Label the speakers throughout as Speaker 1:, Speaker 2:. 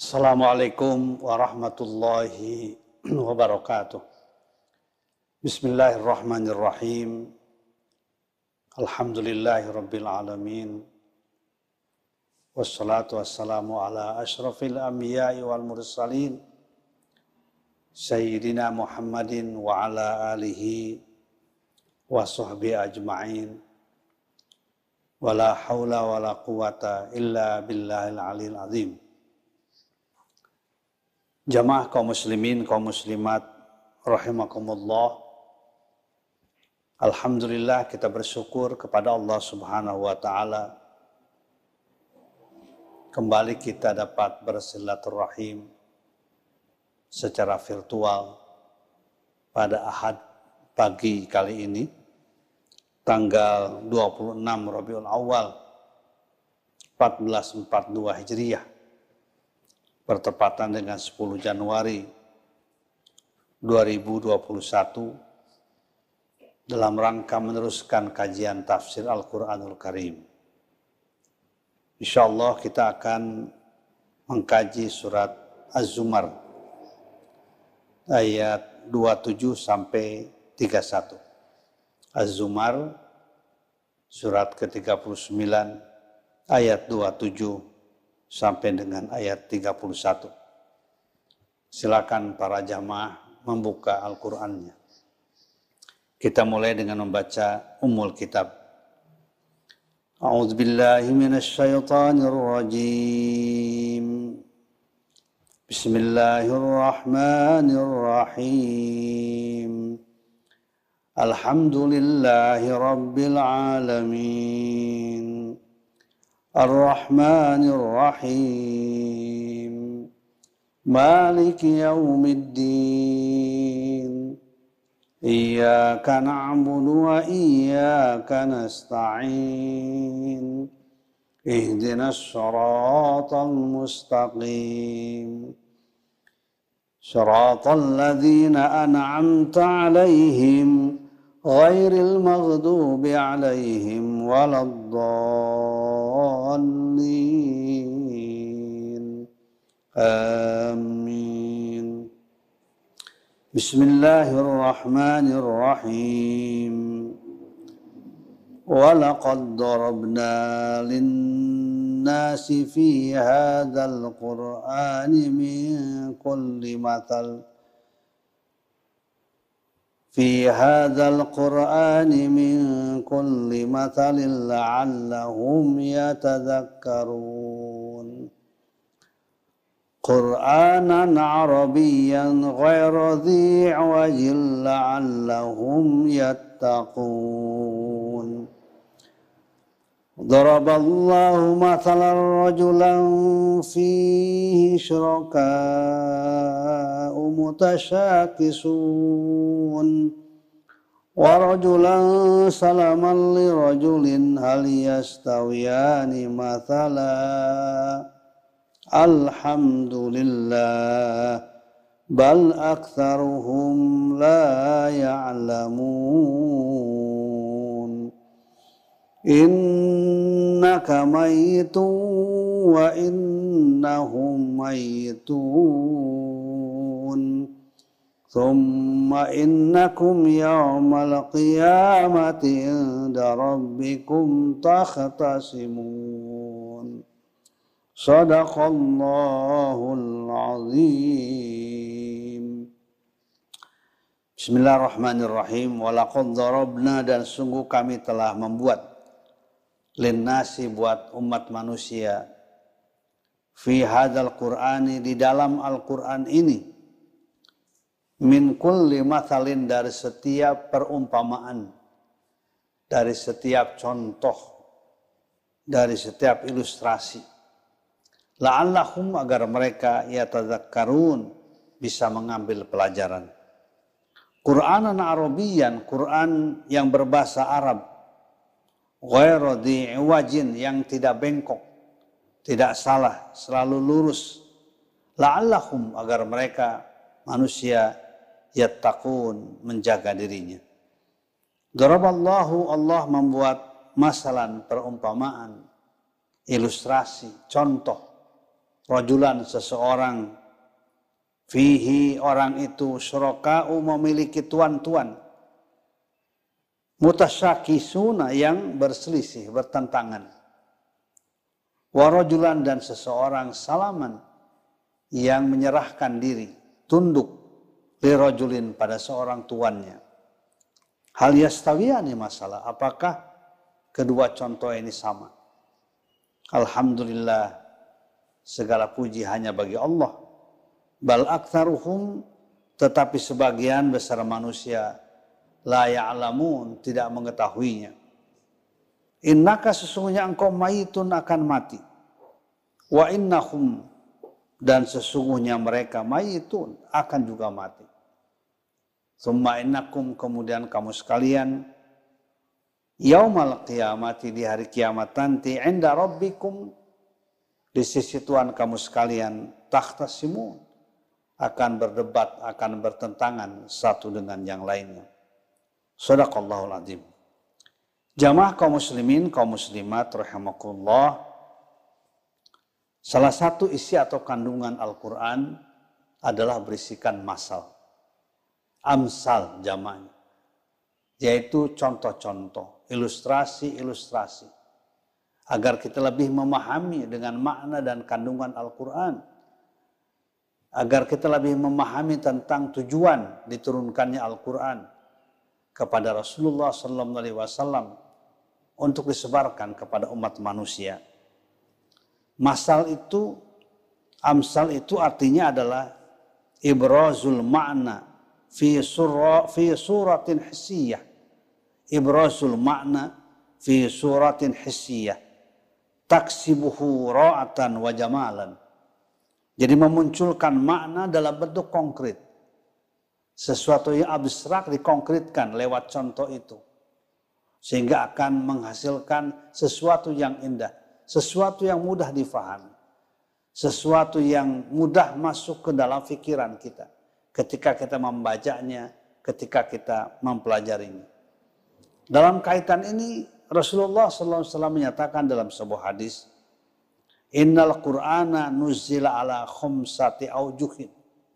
Speaker 1: Assalamualaikum warahmatullahi wabarakatuh. Bismillahirrahmanirrahim. Alhamdulillahi rabbil alamin. Wassalatu wassalamu ala ashrafil anbiya'i wal mursalin. Sayyidina Muhammadin wa ala alihi wa sahbihi ajma'in. Wa la hawla wa la quwata illa billahil aliyil azim. Jamaah kaum muslimin, kaum muslimat, rahimakumullah. Alhamdulillah kita bersyukur kepada Allah Subhanahu wa Ta'ala. Kembali kita dapat bersilaturahim secara virtual pada Ahad pagi kali ini, tanggal 26 Rabiul Awal 1442 Hijriah. Bertepatan dengan 10 Januari 2021 dalam rangka meneruskan kajian tafsir Al-Quranul Karim. Insyaallah kita akan mengkaji surat Az-Zumar ayat 27 sampai 31. Az-Zumar surat ke-39 ayat 27 sampai dengan ayat 31. Silakan para jamaah membuka Al-Qur'annya. Kita mulai dengan membaca Ummul Kitab. A'udzubillahi minasyaitonir rajim. Bismillahirrahmanirrahim. Alhamdulillahi rabbil alamin. Ar-Rahmanir Rahim. Maliki yaumiddin. Iyyaka na'budu wa iyyaka nasta'in. Ihdinas siratal mustaqim. Siratal ladzina an'amta 'alaihim ghairil maghdubi 'alaihim waladdallin. Amin. Bismillahirrahmanirrahim. Walaqad darabna lin-nasi fi hadzal qur'ani min kulli mathal في هذا القرآن من كل مثل لعلهم يتذكرون قرآنا عربيا غير ذي عوج لعلهم يتقون ضرب الله مثلا رجلا فيه شركاء متشاكسون ورجلا سلما لرجل هل يستويان مثلا الحمد لله بل أكثرهم لا يعلمون إنك ميت وإنهم ميتون ثم إنكم يوم القيامة عند ربكم تختصمون صدق الله العظيم. Bismillahirrahmanirrahim. Walaqad darabna, dan sungguh kami telah membuat linnasi, buat umat manusia, fi hadzal qur'ani, di dalam Al-Qur'an ini, min kulli mathalin, dari setiap perumpamaan, dari setiap contoh, dari setiap ilustrasi, la'allahum, agar mereka yatadzakkarun, bisa mengambil pelajaran. Qur'anan Arabiyyan, Qur'an yang berbahasa Arab, ghairu dhi iwajin, yang tidak bengkok, tidak salah, selalu lurus. La'allahum, agar mereka manusia yattaqun, menjaga dirinya. Daraballahu, Allah membuat masalan, perumpamaan, ilustrasi, contoh. rajulan seseorang, fihi orang itu syuraka'u memiliki tuan-tuan, mutasyakisuna yang berselisih, bertentangan. Wa rajulan dan seseorang salaman yang menyerahkan diri, tunduk li rajulin pada seorang tuannya. Hal yastawiyani masalah, apakah kedua contoh ini sama? Alhamdulillah, segala puji hanya bagi Allah. Bal aktsaruhum, tetapi sebagian besar manusia la ya'lamun, tidak mengetahuinya. Innaka, sesungguhnya engkau mayitun, akan mati. Wa innahum, dan sesungguhnya mereka mayitun, akan juga mati. Summa innakum, kemudian kamu sekalian, yaumal qiyamati, di hari kiamat nanti, inda rabbikum, di sisi Tuhan kamu sekalian, takhtasimun, akan berdebat, akan bertentangan satu dengan yang lainnya. Shadaqallahul azim. Jamaah kaum muslimin, kaum muslimat rahimakumullah, salah satu isi atau kandungan Al-Quran adalah berisikan masal, amsal jamanya, yaitu contoh-contoh, ilustrasi-ilustrasi, agar kita lebih memahami dengan makna dan kandungan Al-Quran, agar kita lebih memahami tentang tujuan diturunkannya Al-Quran kepada Rasulullah SAW untuk disebarkan kepada umat manusia. Masal itu, amsal itu artinya adalah ibrazul ma'na fi suratin hissiyah. Ibrazul ma'na fi suratin hissiyah. Taksibuhu ra'atan wa jamalan. Jadi memunculkan makna dalam bentuk konkret. Sesuatu yang abstrak dikonkretkan lewat contoh itu. Sehingga akan menghasilkan sesuatu yang indah. Sesuatu yang mudah difahami. Sesuatu yang mudah masuk ke dalam pikiran kita. Ketika kita membacanya, ketika kita mempelajarinya. Dalam kaitan ini, Rasulullah SAW menyatakan dalam sebuah hadis, Innal Qur'ana nuzzila ala khumsati aujuhin.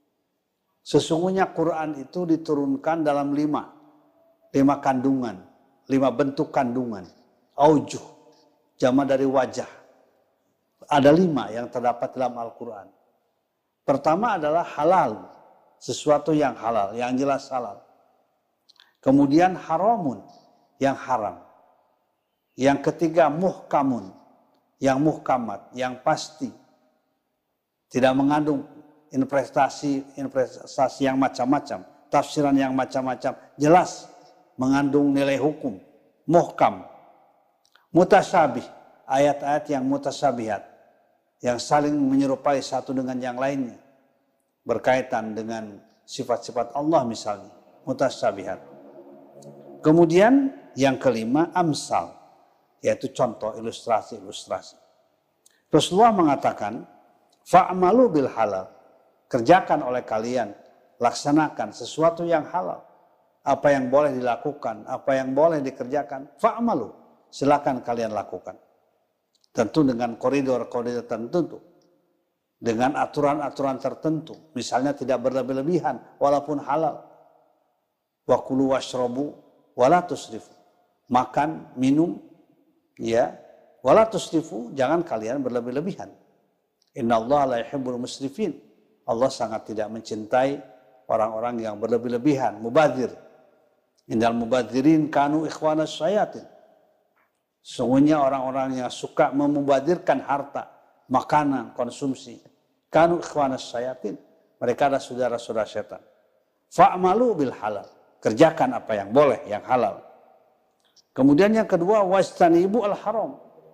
Speaker 1: Sesungguhnya Quran itu diturunkan dalam lima kandungan, 5 bentuk kandungan. Aujuh, jama dari wajah. Ada 5 yang terdapat dalam Al-Quran. Pertama adalah halal, sesuatu yang halal, yang jelas halal. Kemudian haramun, yang haram. Yang ketiga muhkamun, yang muhkamat, yang pasti. Tidak mengandung interpretasi yang macam-macam, tafsiran yang macam-macam, jelas mengandung nilai hukum, muhkam. Mutasyabih, ayat-ayat yang mutasyabihat, yang saling menyerupai satu dengan yang lainnya, berkaitan dengan sifat-sifat Allah misalnya, mutasyabihat. Kemudian yang kelima, amsal, yaitu contoh, ilustrasi-ilustrasi. Rasulullah mengatakan, fa'malu bil halal, kerjakan oleh kalian, laksanakan sesuatu yang halal. Apa yang boleh dilakukan, apa yang boleh dikerjakan, fa'malu, silakan kalian lakukan. Tentu dengan koridor-koridor tertentu, dengan aturan-aturan tertentu, misalnya tidak berlebih-lebihan, walaupun halal. Wa kulu washrabu, wala tusrifu, makan, minum, ya, wala tusrifu, jangan kalian berlebih-lebihan. Innallaha la yuhibbul musrifin, Allah sangat tidak mencintai orang-orang yang berlebih-lebihan, mubadzir. Innal mubadzirin kanu ikhwanas syayatin. Sungguhnya orang-orang yang suka memubadzirkan harta, makanan, konsumsi, kanu ikhwanas syayatin, mereka adalah saudara-saudara setan. Fa'malu bil halal, kerjakan apa yang boleh, yang halal. Kemudian yang kedua, wastanibu al haram,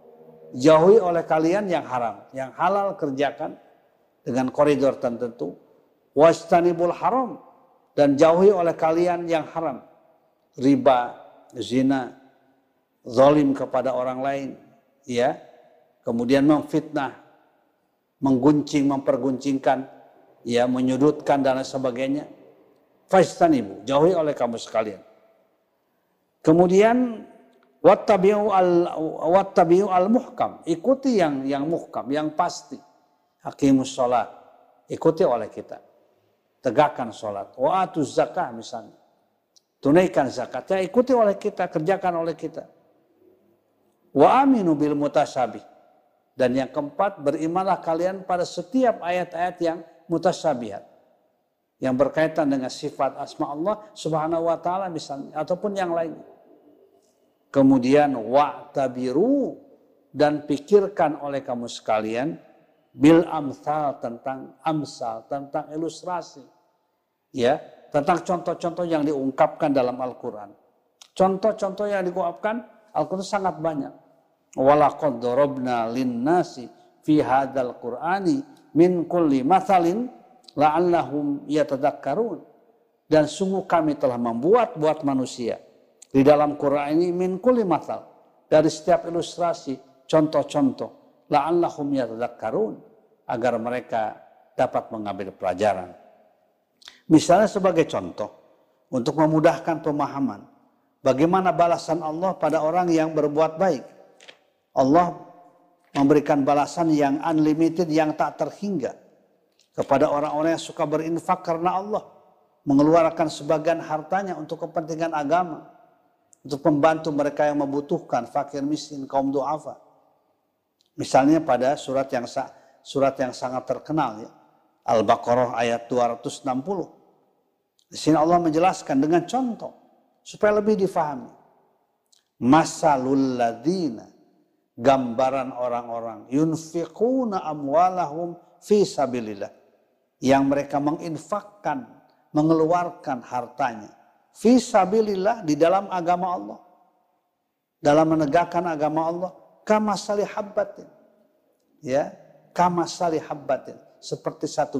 Speaker 1: jauhi oleh kalian yang haram. Yang halal kerjakan dengan koridor tertentu. Wastanibul haram, dan jauhi oleh kalian yang haram. Riba, zina, zalim kepada orang lain, ya. Kemudian memfitnah, mengguncing, memperguncingkan, ya, menyudutkan dan sebagainya. Fastanibu, jauhi oleh kamu sekalian. Kemudian wattabi'u al-muhkam, ikuti yang muhkam, yang pasti. Aqimus sholat, ikuti oleh kita. Tegakkan sholat. Wa atuz zakah misalnya. Tunaikan zakatnya, ikuti oleh kita, kerjakan oleh kita. Wa aminu bil mutasyabih. Dan yang keempat, berimanlah kalian pada setiap ayat-ayat yang mutasyabihat. Yang berkaitan dengan sifat asma Allah subhanahu wa ta'ala misalnya. Ataupun yang lain. Kemudian wa'tabiru. Dan pikirkan oleh kamu sekalian. Bil amsal, tentang ilustrasi. Ya, tentang contoh-contoh yang diungkapkan dalam Al-Quran. Contoh-contoh yang diungkapkan Al-Quran sangat banyak. Walaqad darabna lin-nasi fi hadzal Qur'ani min kulli mathalin la'allahum yatadakkarun. Dan sungguh kami telah membuat buat manusia di dalam Quran ini min kulli mathal, dari setiap ilustrasi, contoh-contoh, la'allahum yatadakkarun, agar mereka dapat mengambil pelajaran. Misalnya sebagai contoh, untuk memudahkan pemahaman, bagaimana balasan Allah pada orang yang berbuat baik. Allah memberikan balasan yang unlimited, yang tak terhingga kepada orang-orang yang suka berinfak karena Allah, mengeluarkan sebagian hartanya untuk kepentingan agama, untuk membantu mereka yang membutuhkan, fakir miskin, kaum du'afa. Misalnya pada surat yang sangat terkenal, ya, Al-Baqarah ayat 260. Di sini Allah menjelaskan dengan contoh supaya lebih difahami. Masalul ladzina, gambaran orang-orang yunfiquna amwalahum fi sabilillah, yang mereka menginfakkan, mengeluarkan hartanya fi sabilillah, di dalam agama Allah, dalam menegakkan agama Allah, kamasali habbatin, ya, kamasali habbatin, seperti satu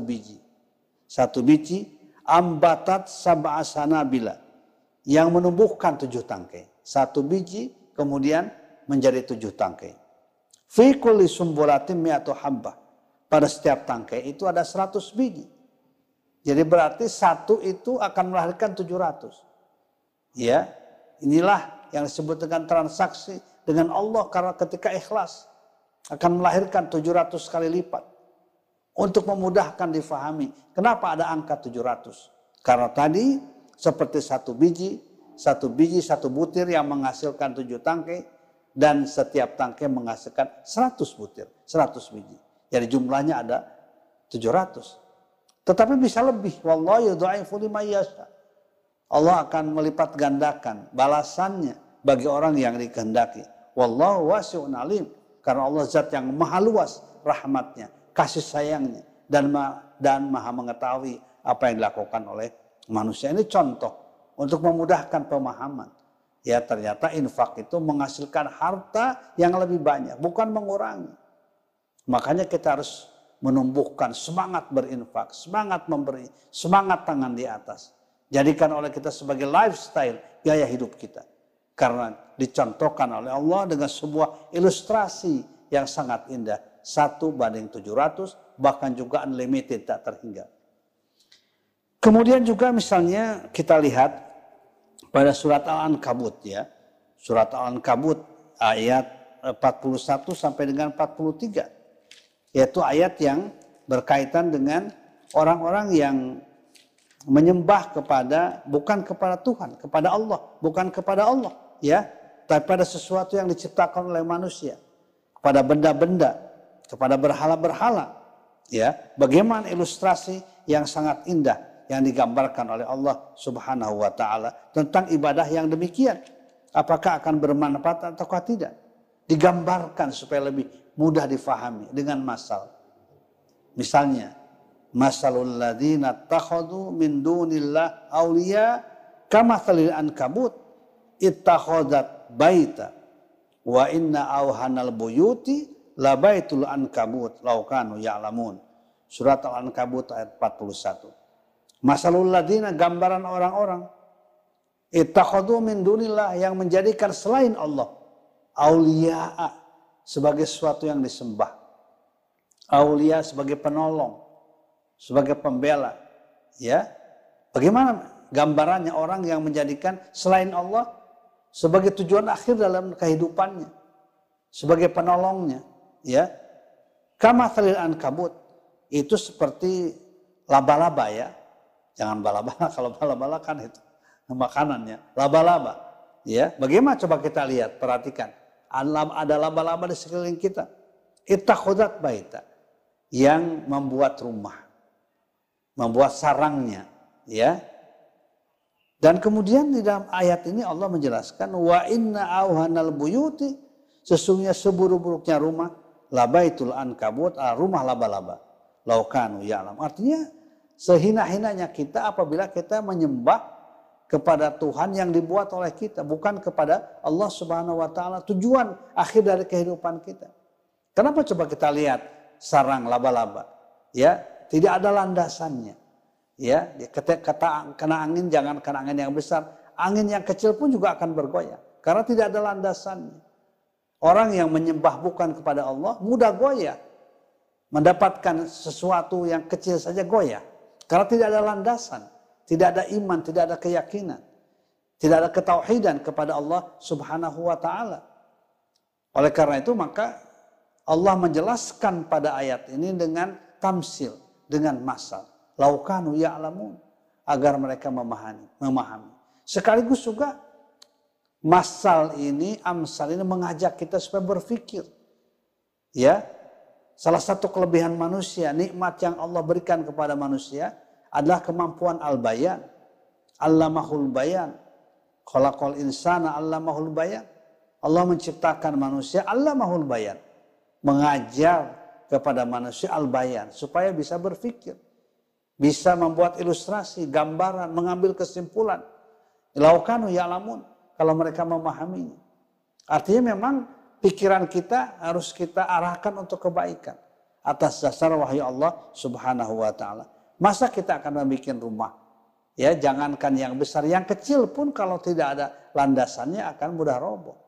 Speaker 1: biji ambatat sab'a sanabila, yang menumbuhkan 7 tangkai. Satu biji kemudian menjadi 7 tangkai. Fi kulli sumbulatin mi'atu habbah, pada setiap tangkai itu ada 100 biji. Jadi berarti satu itu akan melahirkan 700. Ya, inilah yang disebut dengan transaksi dengan Allah, karena ketika ikhlas akan melahirkan 700 kali lipat. Untuk memudahkan difahami, kenapa ada angka 700? Karena tadi seperti satu biji, satu butir yang menghasilkan 7 tangkai, dan setiap tangkai menghasilkan 100 butir, 100 biji. Jadi jumlahnya ada 700. Tetapi bisa lebih. Wallahu yudha'ifu liman yasha. Allah akan melipat gandakan balasannya bagi orang yang dikehendaki. Wallahu wasi'un alim. Karena Allah zat yang maha luas rahmatnya, kasih sayangnya, dan maha mengetahui apa yang dilakukan oleh manusia. Ini contoh untuk memudahkan pemahaman. Ya, ternyata infak itu menghasilkan harta yang lebih banyak, bukan mengurangi. Makanya kita harus menumbuhkan semangat berinfak, semangat memberi, semangat tangan di atas. Jadikan oleh kita sebagai lifestyle, gaya hidup kita. Karena dicontohkan oleh Allah dengan sebuah ilustrasi yang sangat indah. 1:700, bahkan juga unlimited, tak terhingga. Kemudian juga misalnya kita lihat pada surat Al-Ankabut, ya. Surat Al-Ankabut ayat 41 sampai dengan 43. Yaitu ayat yang berkaitan dengan orang-orang yang menyembah bukan kepada Tuhan, kepada Allah, bukan kepada Allah, ya, tapi pada sesuatu yang diciptakan oleh manusia, kepada benda-benda, kepada berhala-berhala, ya. Bagaimana ilustrasi yang sangat indah yang digambarkan oleh Allah Subhanahu wa taala tentang ibadah yang demikian. Apakah akan bermanfaat ataukah tidak? Digambarkan supaya lebih mudah difahami dengan masal. Misalnya, masalul ladzina takhadu min dunillah auliya kamatsalil ankabut ittakhadzat baita wa inna auhanal buyuti la baitul ankabut law kanu ya'lamun. Surat Al-Ankabut ayat 41. Masalul ladzina, gambaran orang-orang ittakhadhu min dunillah, yang menjadikan selain Allah auliya sebagai sesuatu yang disembah. Aulia sebagai penolong, sebagai pembela, ya. Bagaimana gambarannya orang yang menjadikan selain Allah sebagai tujuan akhir dalam kehidupannya, sebagai penolongnya, ya. Kamatsalil ankabut, itu seperti laba-laba ya. Jangan bala-bala, kalau bala-bala kan itu makanannya. Laba-laba. Ya, bagaimana coba kita lihat, perhatikan. Ada laba-laba di sekeliling kita. Ittakhadhat baita, yang membuat rumah, membuat sarangnya, ya. Dan kemudian di dalam ayat ini Allah menjelaskan wa inna auhanal buyuti, sesungguhnya seburuk-buruknya rumah labaitul ankabut, rumah laba-laba. Laukanu ya'lam. Artinya sehina-hinanya kita apabila kita menyembah kepada Tuhan yang dibuat oleh kita, bukan kepada Allah Subhanahu wa taala, tujuan akhir dari kehidupan kita. Kenapa coba kita lihat sarang laba-laba? Ya, tidak ada landasannya. Ya, kena angin jangan kena angin yang besar, angin yang kecil pun juga akan bergoyang karena tidak ada landasannya. Orang yang menyembah bukan kepada Allah mudah goyah. Mendapatkan sesuatu yang kecil saja goyah karena tidak ada landasan, tidak ada iman, tidak ada keyakinan, tidak ada ketauhidan kepada Allah Subhanahu wa taala. Oleh karena itu maka Allah menjelaskan pada ayat ini dengan tamsil, dengan masal. Laukanu ya'lamun, agar mereka memahami. Sekaligus juga masal ini, amsal ini mengajak kita supaya berpikir. Ya, salah satu kelebihan manusia, nikmat yang Allah berikan kepada manusia adalah kemampuan al-bayan. Allamahul bayan. Khalaqal insana allamahul bayan. Allah menciptakan manusia, allamahul bayan. Mengajar kepada manusia al-bayan supaya bisa berpikir. Bisa membuat ilustrasi, gambaran, mengambil kesimpulan. Laukanu ya'lamun, kalau mereka memahaminya. Artinya memang pikiran kita harus kita arahkan untuk kebaikan. Atas dasar wahyu Allah Subhanahu wa ta'ala. Masa kita akan membuat rumah? Ya, jangankan yang besar, yang kecil pun kalau tidak ada landasannya akan mudah roboh.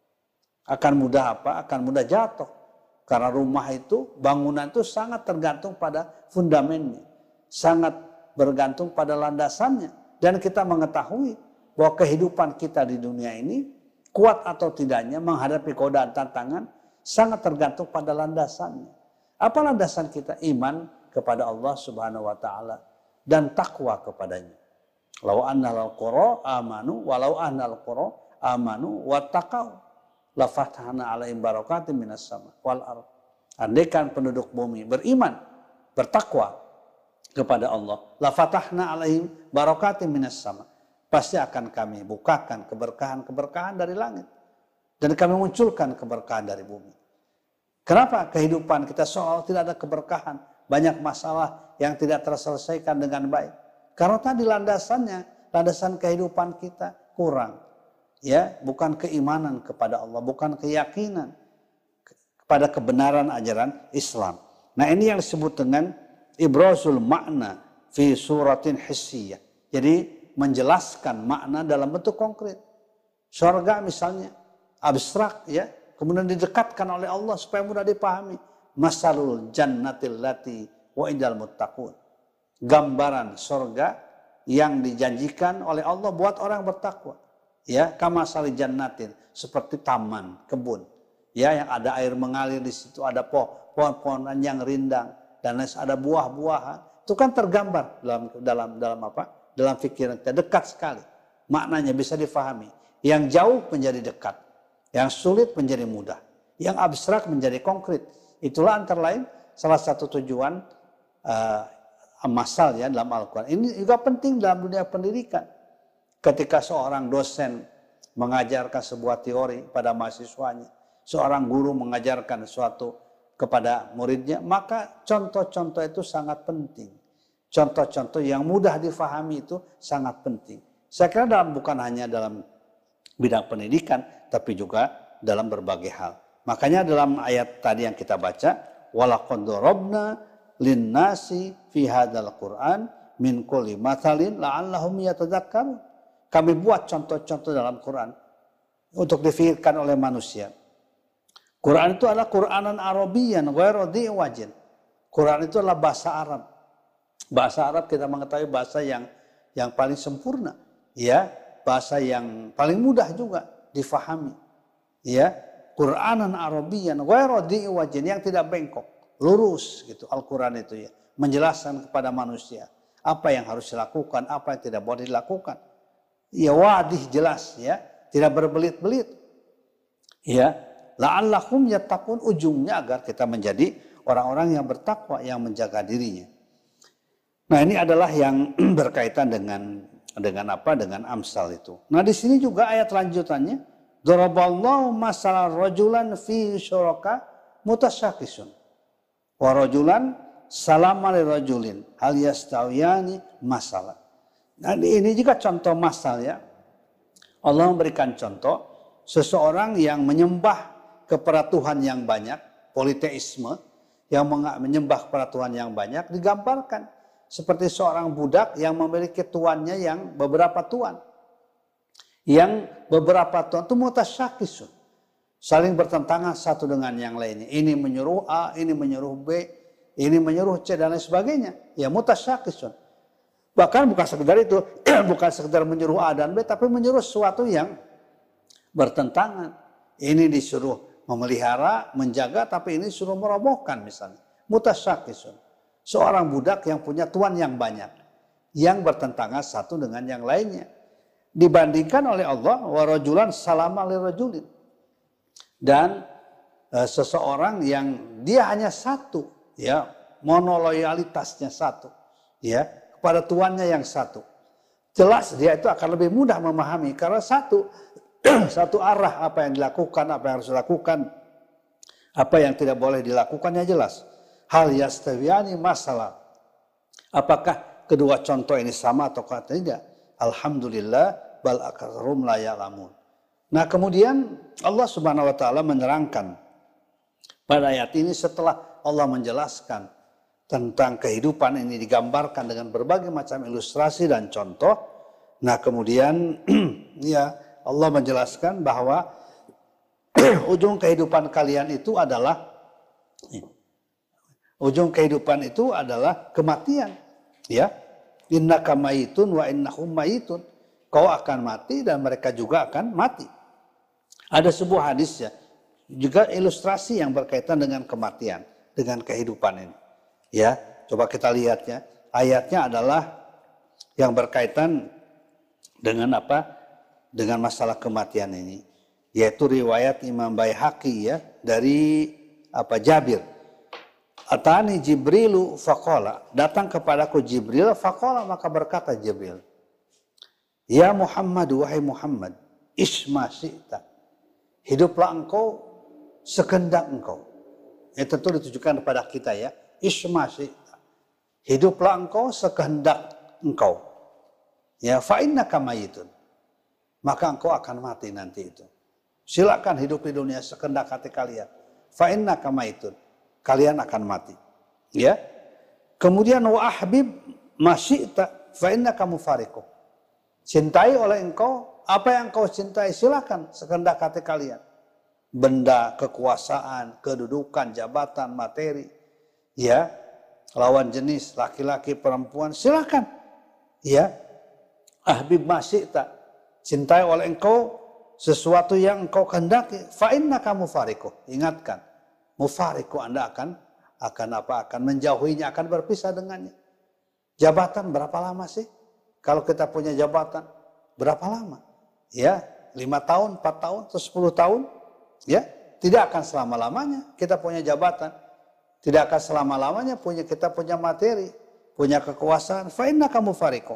Speaker 1: Akan mudah apa? Akan mudah jatuh. Karena rumah itu, bangunan itu sangat tergantung pada fundamennya. Sangat bergantung pada landasannya. Dan kita mengetahui bahwa kehidupan kita di dunia ini kuat atau tidaknya menghadapi godaan tantangan sangat tergantung pada landasannya. Apa landasan kita? Iman kepada Allah Subhanahu wa taala dan takwa kepadanya. Law annal qura amanu walau annal qura amanu wattaqau la fatahna alaihim barakatim minas sama wal ardh. Andaikan penduduk bumi beriman, bertakwa kepada Allah, la fatahna alaihim barakatim minas sama, pasti akan kami bukakan keberkahan-keberkahan dari langit dan kami munculkan keberkahan dari bumi. Kenapa kehidupan kita soal tidak ada keberkahan, banyak masalah yang tidak terselesaikan dengan baik? Karena tadi landasan kehidupan kita kurang. Ya, bukan keimanan kepada Allah, bukan keyakinan kepada kebenaran ajaran Islam. Nah, ini yang disebut dengan ibrazul makna fi suratin hissiyah. Jadi menjelaskan makna dalam bentuk konkret. Surga misalnya abstrak ya, kemudian didekatkan oleh Allah supaya mudah dipahami. Masalul jannatil lati wa'idal muttaqun. Gambaran surga yang dijanjikan oleh Allah buat orang bertakwa. Ya, kamasali jannatin, seperti taman, kebun. Ya, yang ada air mengalir di situ, ada pohon-pohonan yang rindang dan ada buah-buahan. Itu kan tergambar dalam apa? Dalam pikiran kita, dekat sekali. Maknanya bisa difahami. Yang jauh menjadi dekat, yang sulit menjadi mudah, yang abstrak menjadi konkret. Itulah antara lain salah satu tujuan masal ya dalam Al-Quran. Ini juga penting dalam dunia pendidikan. Ketika seorang dosen mengajarkan sebuah teori pada mahasiswanya, seorang guru mengajarkan sesuatu kepada muridnya, maka contoh-contoh itu sangat penting. Contoh-contoh yang mudah difahami itu sangat penting. Saya kira bukan hanya dalam bidang pendidikan, tapi juga dalam berbagai hal. Makanya dalam ayat tadi yang kita baca, walaqad darabna linnasi fi hadzal Qur'an min kulli mathalin la'allahum yatadzakkarun. Kami buat contoh-contoh dalam Quran untuk difikirkan oleh manusia. Quran itu adalah Quranan Arabiyan, ghairu dhi wajin. Quran itu adalah bahasa Arab. Bahasa Arab kita mengetahui bahasa yang paling sempurna, ya, bahasa yang paling mudah juga difahami. Ya, Quranan Arabiyan ghairu dhi wajin, yang tidak bengkok, lurus gitu Al-Quran itu ya, menjelaskan kepada manusia apa yang harus dilakukan, apa yang tidak boleh dilakukan. Ya wadih, jelas ya, tidak berbelit-belit. Ya, la'allahum yattaqun, ujungnya agar kita menjadi orang-orang yang bertakwa, yang menjaga dirinya. Nah, ini adalah yang berkaitan dengan apa? Dengan Amsal itu. Nah, di sini juga ayat lanjutannya, daraballahu masalan rajulan fi syuraka mutasyakisun wa rajulan salama li rajulin hal yastawiyani masalah. Nah, ini juga contoh masal ya. Allah memberikan contoh seseorang yang menyembah kepada Tuhan yang banyak, politeisme, yang menyembah kepada Tuhan yang banyak, digambarkan seperti seorang budak yang memiliki tuannya yang beberapa tuan. Yang beberapa tuan itu mutasyakisun, saling bertentangan satu dengan yang lainnya. Ini menyuruh A, ini menyuruh B, ini menyuruh C dan lain sebagainya. Ya mutasyakisun. Bahkan bukan sekedar itu, bukan sekedar menyuruh A dan B, tapi menyuruh sesuatu yang bertentangan. Ini disuruh memelihara, menjaga, tapi ini disuruh merobohkan misalnya. Mutasyakisun. Seorang budak yang punya tuan yang banyak, yang bertentangan satu dengan yang lainnya. Dibandingkan oleh Allah, wa rajulan salama li rajulin. Dan seseorang yang dia hanya satu, ya, monoloyalitasnya satu, ya, kepada tuannya yang satu. Jelas dia itu akan lebih mudah memahami karena satu arah apa yang dilakukan, apa yang harus dilakukan, apa yang tidak boleh dilakukannya jelas. Hal yastawiyani masalah. Apakah kedua contoh ini sama atau tidak? Alhamdulillah bal aktsaruhum la ya'lamun. Nah, kemudian Allah Subhanahu wa taala menerangkan pada ayat ini setelah Allah menjelaskan tentang kehidupan ini digambarkan dengan berbagai macam ilustrasi dan contoh. Nah, kemudian ya Allah menjelaskan bahwa ujung kehidupan kalian itu adalah kematian, ya. Innaka mayitun wa innahum mayitun. Kau akan mati dan mereka juga akan mati. Ada sebuah hadis ya, juga ilustrasi yang berkaitan dengan kematian, dengan kehidupan ini. Ya, coba kita lihat ya. Ayatnya adalah yang berkaitan dengan apa? Dengan masalah kematian ini. Yaitu riwayat Imam Baihaqi ya, dari Jabir. Atani Jibrilu faqala, datang kepadaku Jibril, faqala, maka berkata Jibril, ya Muhammad, wahai Muhammad, isma syi'ta, hiduplah engkau sekehendak engkau. Ini tentu ditujukan kepada kita ya, isma syi'ta, hiduplah engkau sekehendak engkau. Ya, fa innaka mayitun, maka engkau akan mati nanti itu. Silakan hidup di dunia sekehendak hati kalian. Fa innaka mayitun, kalian akan mati. Ya. Kemudian wa ahbib masyi'ta fa innaka mufariqu. Cintai oleh engkau apa yang engkau cintai, silakan sekehendak hati kalian. Benda, kekuasaan, kedudukan, jabatan, materi, ya, lawan jenis, laki-laki, perempuan, silakan. Ya. Ahbib masyi'ta, cintai oleh engkau sesuatu yang engkau kehendaki, fa innaka mufariqu. Ingatkan, mufariqu, Anda akan menjauhinya, akan berpisah dengannya. Jabatan berapa lama sih? Kalau kita punya jabatan, berapa lama? Ya, 5 tahun, 4 tahun, atau 10 tahun? Ya, tidak akan selama-lamanya kita punya jabatan. Tidak akan selama-lamanya kita punya materi, punya kekuasaan. Fa innaka mufariqu.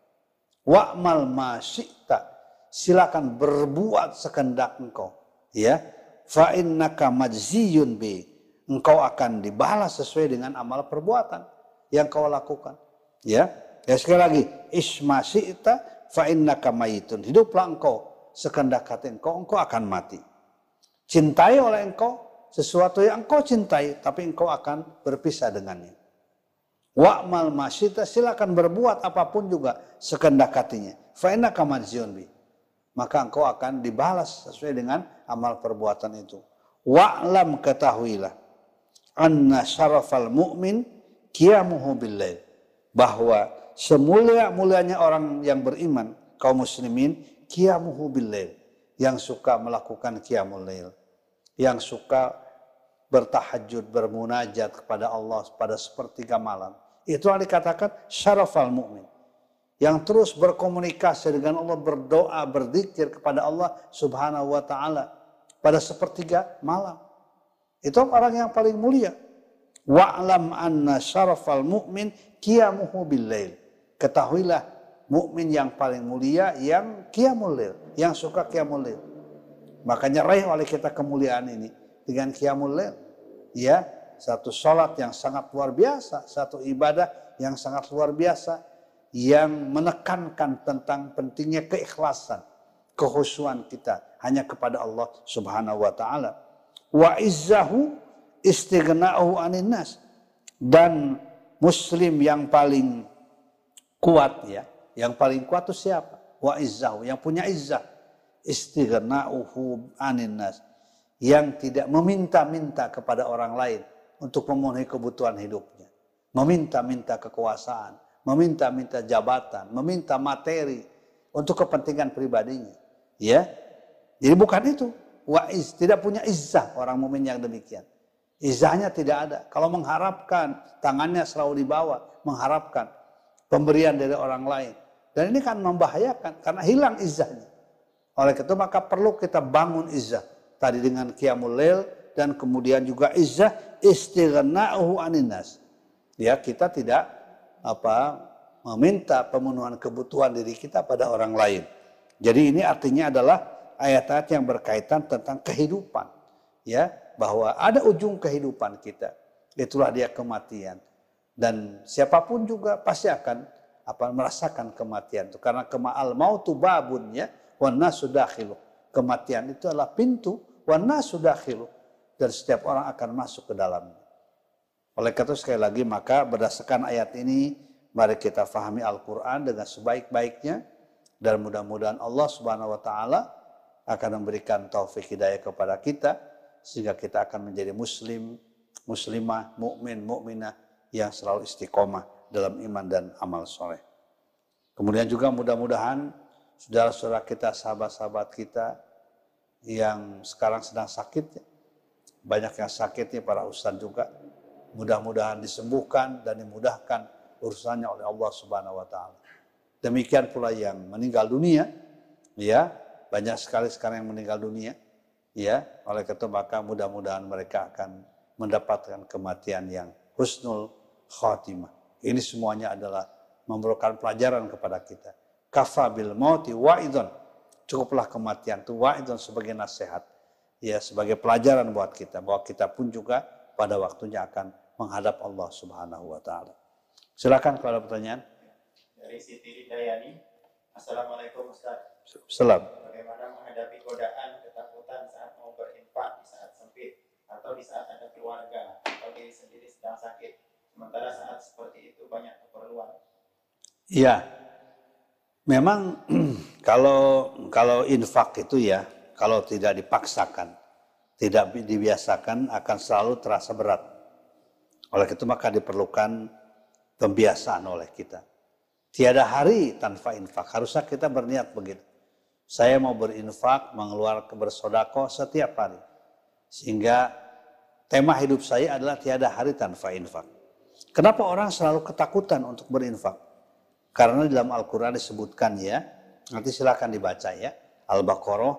Speaker 1: Wa'mal ma syi'ta. Silakan berbuat sekehendak engkau. Ya. Fa innaka majziyun bi, engkau akan dibalas sesuai dengan amal perbuatan yang kau lakukan. Ya, sekali lagi, isma syi'ta fa innaka mayitun, hiduplah engkau sekehendak hati engkau akan mati. Cintai oleh engkau sesuatu yang engkau cintai, tapi engkau akan berpisah dengannya. Wa'mal ma syi'ta, silakan berbuat apapun juga sekehendak hatinya. Fa innaka majziyun bi, maka engkau akan dibalas sesuai dengan amal perbuatan itu. Wa'lam, ketahuilah, anna syarafal mu'min qiyamuhu billail, bahwa semulia-mulianya orang yang beriman, kaum muslimin, qiyamuhu billail, yang suka melakukan qiyamul lail, yang suka bertahajud, bermunajat kepada Allah pada sepertiga malam. Itulah dikatakan syarafal mu'min. Yang terus berkomunikasi dengan Allah, berdoa, berzikir kepada Allah subhanahu wa ta'ala pada sepertiga malam. Itu orang yang paling mulia. Wa'lam anna syarafal mu'min qiyamuhu bil-lail. Ketahuilah mukmin yang paling mulia yang qiyamul lail, yang suka qiyamul lail. Makanya raih oleh kita kemuliaan ini dengan qiyamul lail. Ya, satu sholat yang sangat luar biasa, satu ibadah yang sangat luar biasa, yang menekankan tentang pentingnya keikhlasan, kekhusyuan kita hanya kepada Allah subhanahu wa ta'ala. Wa izzahu istighna'uhu anin nas. Dan muslim yang paling kuat, ya, yang paling kuat itu siapa? Wa izzahu, yang punya izzah. Istighna'uhu anin nas, yang tidak meminta-minta kepada orang lain untuk memenuhi kebutuhan hidupnya, meminta-minta kekuasaan, meminta-minta jabatan, meminta materi untuk kepentingan pribadinya. Ya, jadi bukan itu. Tidak punya izzah orang mukmin yang demikian. Izzahnya tidak ada. Kalau mengharapkan, tangannya selalu di bawah, mengharapkan pemberian dari orang lain. Dan ini kan membahayakan karena hilang izzahnya. Oleh itu maka perlu kita bangun izzah tadi dengan qiyamul lail, dan kemudian juga izzah istighna'uhu anin nas. Ya, kita tidak meminta pemenuhan kebutuhan diri kita pada orang lain. Jadi ini artinya adalah ayat-ayat yang berkaitan tentang kehidupan, ya, bahwa ada ujung kehidupan kita, itulah dia kematian. Dan siapapun juga pasti akan merasakan kematian itu, karena al mautu babun, ya, wan nasu dakhilu. Kematian itu adalah pintu, wan nasu dakhilu, dan setiap orang akan masuk ke dalamnya. Oleh karena itu sekali lagi, maka berdasarkan ayat ini mari kita fahami Al-Qur'an dengan sebaik-baiknya, dan mudah-mudahan Allah Subhanahu wa taala akan memberikan taufik hidayah kepada kita sehingga kita akan menjadi muslim, muslimah, mukmin, mukminah yang selalu istiqomah dalam iman dan amal soleh. Kemudian juga mudah-mudahan saudara-saudara kita, sahabat-sahabat kita yang sekarang sedang sakit, banyak yang sakit nih, para ustadz juga, mudah-mudahan disembuhkan dan dimudahkan urusannya oleh Allah Subhanahu wa taala. Demikian pula yang meninggal dunia, ya, banyak sekali sekarang yang meninggal dunia, ya, oleh karena itu maka mudah-mudahan mereka akan mendapatkan kematian yang husnul khatimah. Ini semuanya adalah memberikan pelajaran kepada kita. Kafa bil mauti wa'idun. Cukuplah kematian itu wa'idun sebagai nasihat, ya, sebagai pelajaran buat kita, bahwa kita pun juga pada waktunya akan menghadap Allah Subhanahu wa taala. Silakan kalau ada pertanyaan.
Speaker 2: Dari Siti Ridayani. Assalamualaikum Ustaz.
Speaker 1: Salam.
Speaker 2: Bagaimana menghadapi godaan, ketakutan saat mau berinfak di saat sempit, atau di saat ada keluarga, atau diri sendiri sedang sakit, sementara saat seperti itu banyak keperluan?
Speaker 1: Ya, memang kalau infak itu, ya, kalau tidak dipaksakan, tidak dibiasakan, akan selalu terasa berat. Oleh itu maka diperlukan pembiasaan oleh kita. Tiada hari tanpa infak. Harusnya kita berniat begitu. Saya mau berinfak, mengeluarkan, bersedekah setiap hari. Sehingga tema hidup saya adalah tiada hari tanpa infak. Kenapa orang selalu ketakutan untuk berinfak? Karena di dalam Al-Quran disebutkan, ya, nanti silakan dibaca, ya, Al-Baqarah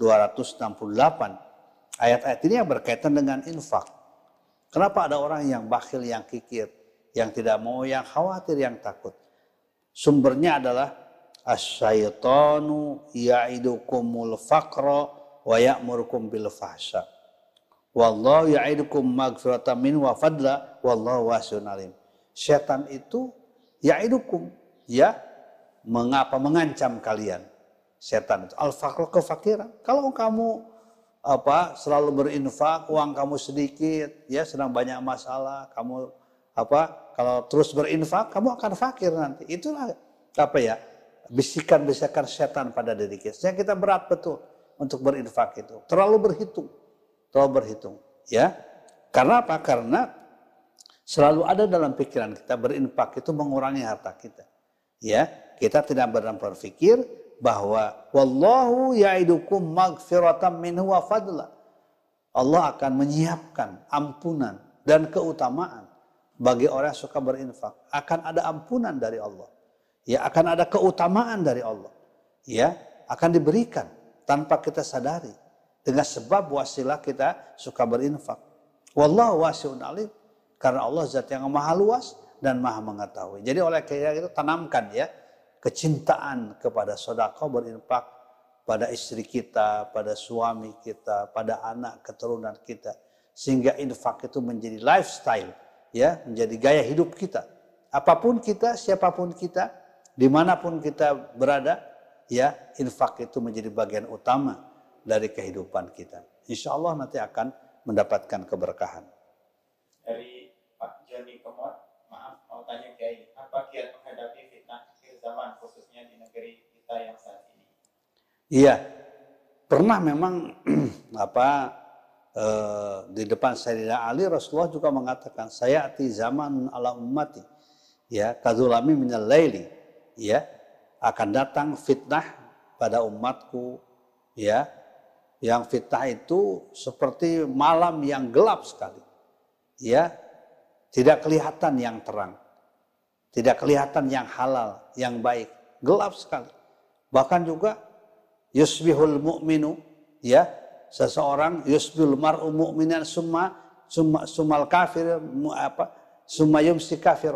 Speaker 1: 268. Ayat-ayat ini yang berkaitan dengan infak. Kenapa ada orang yang bakhil, yang kikir, yang tidak mau, yang khawatir, yang takut? Sumbernya adalah asyaitanu ya'idukumul faqra wa ya'murukum bil fahsya. Wallahu ya'idukum maghfiratan min wa fadla wallahu wasi'un alim. Setan itu ya'idukum, ya, mengancam kalian. Setan itu al-faqr, kefakiran. Kalau kamu selalu berinfak, uang kamu sedikit, ya, sedang banyak masalah, kamu kalau terus berinfak, kamu akan fakir nanti. Itulah bisikan-bisikan setan pada diri kita. Sehingga kita berat betul untuk berinfak itu. Terlalu berhitung, ya. Karena apa? Karena selalu ada dalam pikiran kita berinfak itu mengurangi harta kita. Ya, kita tidak berpikir bahwa wallahu ya'idukum maghfiratan minhu wa fadla. Allah akan menyiapkan ampunan dan keutamaan bagi orang yang suka berinfak. Akan ada ampunan dari Allah. Ya, akan ada keutamaan dari Allah. Ya, akan diberikan tanpa kita sadari dengan sebab wasilah kita suka berinfak. Wallahu wasi'un alim. Karena Allah zat yang maha luas dan maha mengetahui. Jadi oleh karena itu tanamkan ya kecintaan kepada sedekah berinfak pada istri kita, pada suami kita, pada anak keturunan kita, sehingga infak itu menjadi lifestyle, ya, menjadi gaya hidup kita. Apapun kita, siapapun kita, dimanapun kita berada, ya, infak itu menjadi bagian utama dari kehidupan kita. Insya Allah nanti akan mendapatkan keberkahan.
Speaker 2: Dari Pak Joni Kemot, maaf mau tanya Kiai, apa kiat menghadapi fitnah akhir zaman khususnya di negeri kita yang saat ini?
Speaker 1: Iya, pernah memang di depan Sayyidina Ali, Rasulullah juga mengatakan, saya ati zaman ala ummati, ya, kadzulami minal laili, ya, akan datang fitnah pada umatku, ya, yang fitnah itu seperti malam yang gelap sekali, ya, tidak kelihatan yang terang, tidak kelihatan yang halal, yang baik, gelap sekali. Bahkan juga yusbihul mu'minu, ya, seseorang yusbihul mar'u mu'minan summal kafir summa yumsi kafir.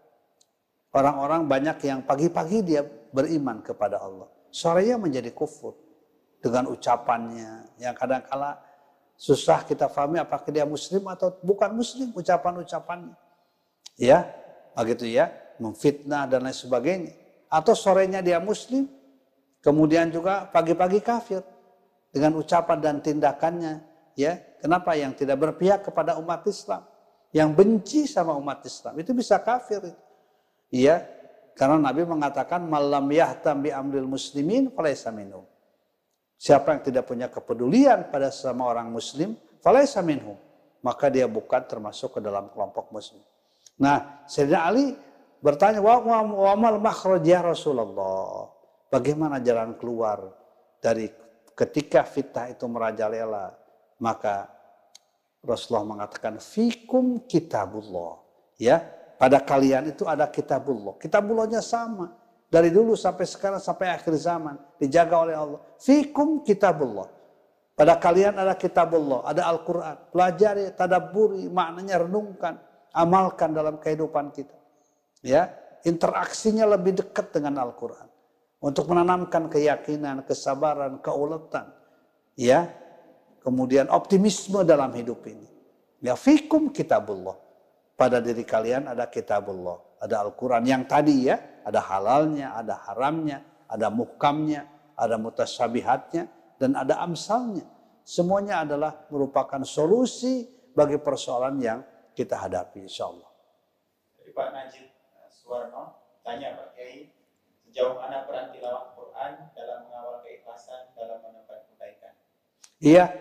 Speaker 1: Orang-orang banyak yang pagi-pagi dia beriman kepada Allah, sorenya menjadi kufur dengan ucapannya yang kadang-kala susah kita pahami apakah dia muslim atau bukan muslim, ucapan-ucapannya, ya, begitu ya, memfitnah dan lain sebagainya. Atau sorenya dia muslim, kemudian juga pagi-pagi kafir dengan ucapan dan tindakannya, ya. Kenapa? Yang tidak berpihak kepada umat Islam, yang benci sama umat Islam, itu bisa kafir. Iya, karena Nabi mengatakan malam yahtam bi amril muslimin falaysa minhum. Siapa yang tidak punya kepedulian pada sesama orang muslim, falaysa minhum, maka dia bukan termasuk ke dalam kelompok muslim. Nah, Sayyidina Ali bertanya, wa mal makhraj ya Rasulullah? Bagaimana jalan keluar dari ketika fitnah itu merajalela? Maka Rasulullah mengatakan, fikum kitabullah. Ya, pada kalian itu ada kitabullah. Kitabullahnya sama. Dari dulu sampai sekarang, sampai akhir zaman. Dijaga oleh Allah. Fikum kitabullah. Pada kalian ada kitabullah, ada Al-Quran. Pelajari, tadabburi, maknanya renungkan. Amalkan dalam kehidupan kita. Ya, interaksinya lebih dekat dengan Al-Quran. Untuk menanamkan keyakinan, kesabaran, keuletan, ya, kemudian optimisme dalam hidup ini. Ya, fikum kitabullah. Pada diri kalian ada kitabullah, ada Al-Quran yang tadi, ya, ada halalnya, ada haramnya, ada muhkamnya, ada mutasyabihatnya, dan ada amsalnya. Semuanya adalah merupakan solusi bagi persoalan yang kita hadapi, insya Allah.
Speaker 2: Dari Pak Najib Suwarno, tanya Pak Kiai, sejauh mana peran tilawah Quran dalam mengawal keikhlasan dalam menebar kebaikan?
Speaker 1: Iya,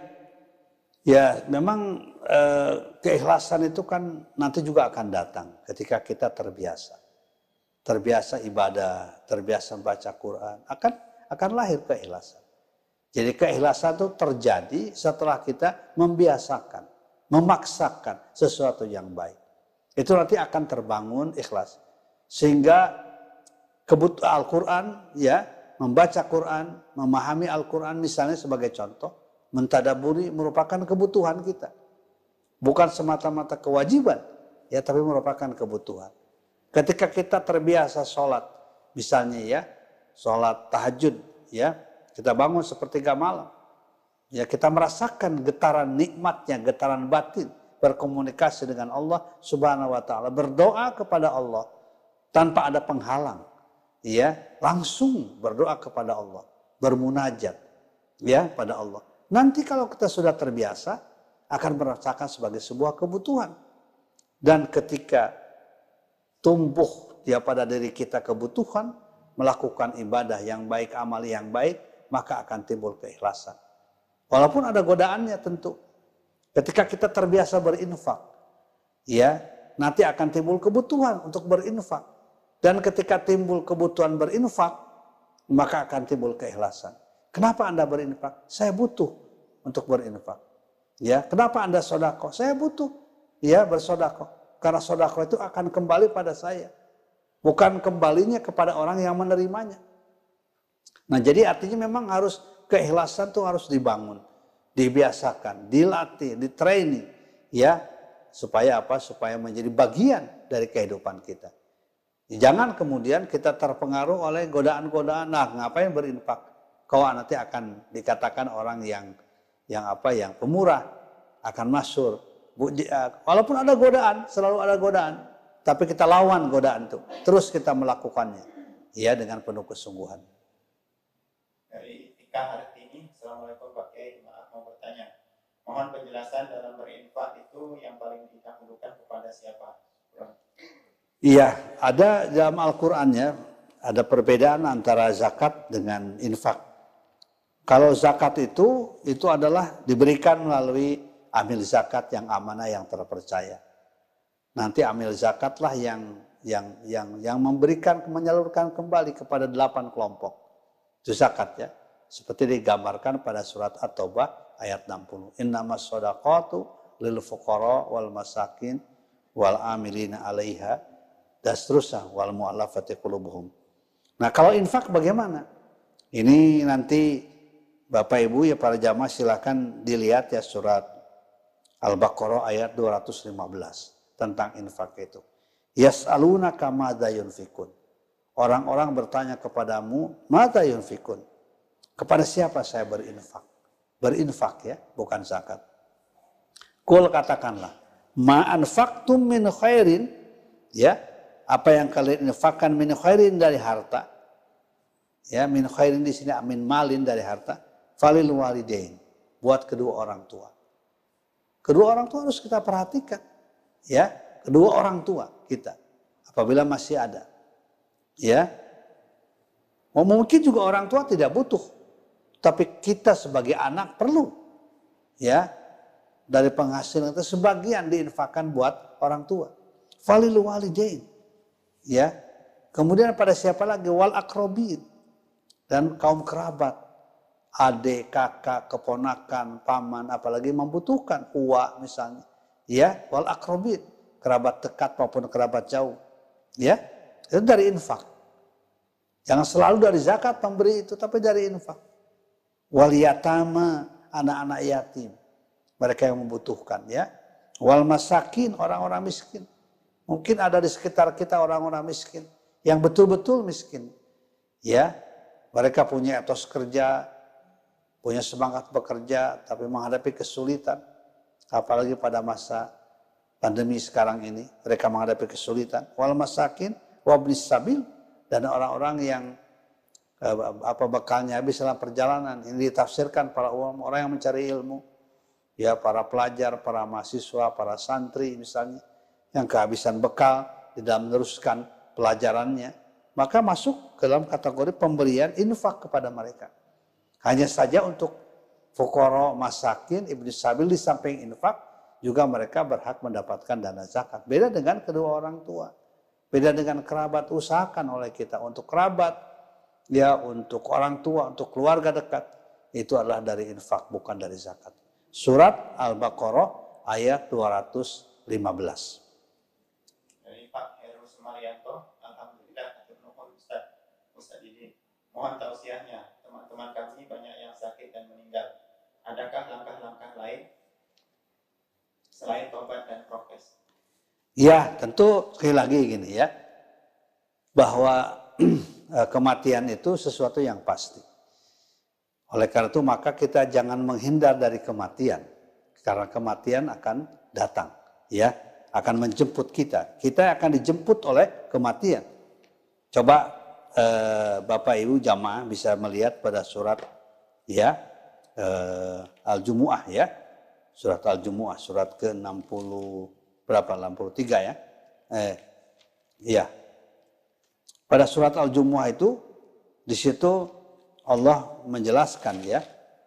Speaker 1: ya memang keikhlasan itu kan nanti juga akan datang ketika kita terbiasa ibadah, terbiasa baca Quran, akan lahir keikhlasan. Jadi keikhlasan itu terjadi setelah kita membiasakan, memaksakan sesuatu yang baik. Itu nanti akan terbangun ikhlas, sehingga kebutuhan Al-Quran, ya, membaca Quran, memahami Al-Quran misalnya sebagai contoh, mentadaburi merupakan kebutuhan kita. Bukan semata-mata kewajiban, ya, tapi merupakan kebutuhan. Ketika kita terbiasa sholat, misalnya ya, sholat tahajud, ya, kita bangun sepertiga malam, ya, kita merasakan getaran nikmatnya, getaran batin, berkomunikasi dengan Allah Subhanahu wa Ta'ala, berdoa kepada Allah tanpa ada penghalang. Ya, langsung berdoa kepada Allah, bermunajat, ya, pada Allah. Nanti kalau kita sudah terbiasa, akan merasakan sebagai sebuah kebutuhan. Dan ketika tumbuh dia pada diri kita kebutuhan, melakukan ibadah yang baik, amal yang baik, maka akan timbul keikhlasan. Walaupun ada godaannya tentu. Ketika kita terbiasa berinfak, ya, nanti akan timbul kebutuhan untuk berinfak. Dan ketika timbul kebutuhan berinfak, maka akan timbul keikhlasan. Kenapa Anda berinfak? Saya butuh untuk berinfak. Ya, kenapa Anda sodako? Saya butuh ya bersodako. Karena sodako itu akan kembali pada saya. Bukan kembalinya kepada orang yang menerimanya. Nah, jadi artinya memang harus keikhlasan tuh harus dibangun, dibiasakan, dilatih, ditraining, ya, supaya apa? Supaya menjadi bagian dari kehidupan kita. Jangan kemudian kita terpengaruh oleh godaan-godaan. Nah, ngapain berinfak? Kau nanti akan dikatakan orang yang pemurah, akan masyhur. Walaupun ada godaan, selalu ada godaan, tapi kita lawan godaan itu. Terus kita melakukannya, ya, dengan penuh kesungguhan.
Speaker 2: Dari Tika Hartini, Assalamualaikum Pak Kiai, maaf mau bertanya. Mohon penjelasan dalam berinfak itu yang paling didahulukan kepada siapa?
Speaker 1: Iya, ada dalam Al-Qur'annya ada perbedaan antara zakat dengan infak. Kalau zakat itu adalah diberikan melalui amil zakat yang amanah, yang terpercaya. Nanti amil zakatlah yang memberikan, menyalurkan kembali kepada 8 kelompok. Itu zakat, ya. Seperti digambarkan pada surat At-Taubah ayat 60. Innamas shadaqatu lil fuqara wal masakin wal amilina 'alaiha dan seterusnya wal mu'allafati qulubuhum. Nah, kalau infak bagaimana? Ini nanti Bapak Ibu, ya, para jamaah silakan dilihat, ya, surat Al-Baqarah ayat 215 tentang infak itu. Yas'alunaka madza yunfikun. Orang-orang bertanya kepadamu, madza yunfikun? Kepada siapa saya berinfak? Berinfak, ya, bukan zakat. Qul, katakanlah, ma anfaqtum min khairin, ya, apa yang kalian infakkan min khairin dari harta. Ya, min khairin di sini min malin dari harta, falil walidain, buat kedua orang tua. Kedua orang tua harus kita perhatikan, ya, kedua orang tua kita apabila masih ada. Ya, mungkin juga orang tua tidak butuh, tapi kita sebagai anak perlu, ya, dari penghasilan itu sebagian diinfakkan buat orang tua. Falil walidain, ya. Kemudian pada siapa lagi? Wal akrobin, dan kaum kerabat, adik, kakak, keponakan, paman, apalagi membutuhkan, uwa misalnya, ya, wal akrobin, kerabat dekat maupun kerabat jauh, ya. Itu dari infak. Jangan selalu dari zakat pemberi itu, tapi dari infak. Wal yatama, anak-anak yatim, mereka yang membutuhkan, ya. Wal masakin, orang-orang miskin. Mungkin ada di sekitar kita orang-orang miskin yang betul-betul miskin, ya. Mereka punya etos kerja, punya semangat bekerja, tapi menghadapi kesulitan. Apalagi pada masa pandemi sekarang ini, mereka menghadapi kesulitan. Wal masakin wabnis sabil, dan orang-orang yang bekalnya habis dalam perjalanan. Ini ditafsirkan para orang yang mencari ilmu, ya, para pelajar, para mahasiswa, para santri misalnya, yang kehabisan bekal di dalam meneruskan pelajarannya, maka masuk ke dalam kategori pemberian infak kepada mereka. Hanya saja untuk fuqara, masakin, ibnu sabil, di samping infak juga mereka berhak mendapatkan dana zakat. Beda dengan kedua orang tua. Beda dengan kerabat, usahakan oleh kita untuk kerabat, ya, untuk orang tua, untuk keluarga dekat, itu adalah dari infak, bukan dari zakat. Surat Al-Baqarah ayat 215.
Speaker 2: Dari Pak Heru Sumaryanto, alhamdulillah, nuhun Ustaz Didi. Mohon tausiahnya, teman-teman kami banyak yang sakit dan meninggal. Adakah langkah-langkah lain selain tobat dan prokes?
Speaker 1: Ya, tentu sekali lagi gini, ya, bahwa kematian itu sesuatu yang pasti. Oleh karena itu maka kita jangan menghindar dari kematian, karena kematian akan datang, ya, akan menjemput kita. Kita akan dijemput oleh kematian. Coba Bapak Ibu jamaah bisa melihat pada surat, ya, Al-Jumu'ah, ya, surat Al-Jumu'ah, surat ke-60 berapa? 63, ya. Iya. Pada surat Al-Jumu'ah itu, di situ Allah menjelaskan, ya,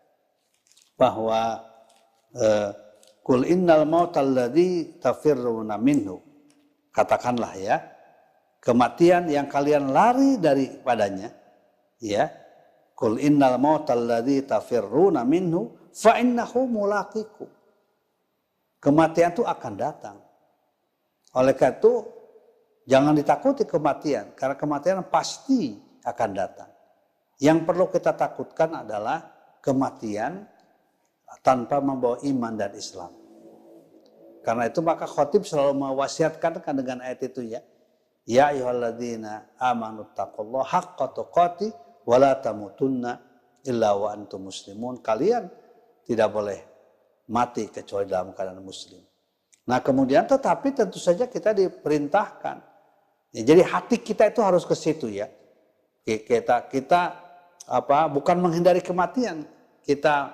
Speaker 1: bahwa Qul innal mautal ladzi tafirruna minhu. Katakanlah, ya, kematian yang kalian lari daripadanya, ya. Qul innal mautal ladzi tafirruna minhu fa innahu mulaqikum. Kematian itu akan datang. Oleh karena itu, jangan ditakuti kematian, karena kematian pasti akan datang. Yang perlu kita takutkan adalah kematian tanpa membawa iman dan Islam. Karena itu maka khotib selalu mewasiatkan dengan ayat itu ya. Ya ayyuhalladzina amanu taqullaha haqqa tuqatih wa la tamutunna illa wa antum muslimun. Kalian tidak boleh mati kecuali dalam keadaan muslim. Nah kemudian tetapi tentu saja kita diperintahkan. Ya, jadi hati kita itu harus ke situ ya. Kita bukan menghindari kematian. Kita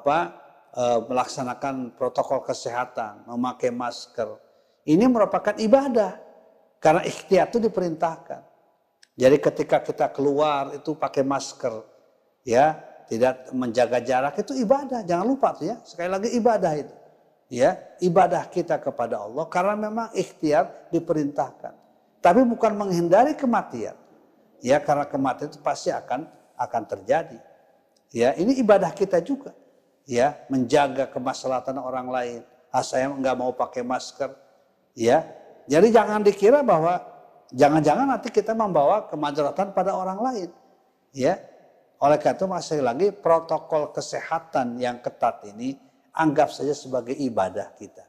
Speaker 1: melaksanakan protokol kesehatan, memakai masker. Ini merupakan ibadah karena ikhtiar itu diperintahkan. Jadi ketika kita keluar itu pakai masker, ya, tidak menjaga jarak itu ibadah. Jangan lupa tuh ya, sekali lagi ibadah itu. Ya, ibadah kita kepada Allah karena memang ikhtiar diperintahkan. Tapi bukan menghindari kematian. Ya, karena kematian itu pasti akan terjadi. Ya, ini ibadah kita juga. Ya, menjaga kemaslahatan orang lain. Saya nggak mau pakai masker. Ya, jadi jangan dikira bahwa jangan-jangan nanti kita membawa kemadaratan pada orang lain. Ya, oleh karena itu masih lagi protokol kesehatan yang ketat ini anggap saja sebagai ibadah kita.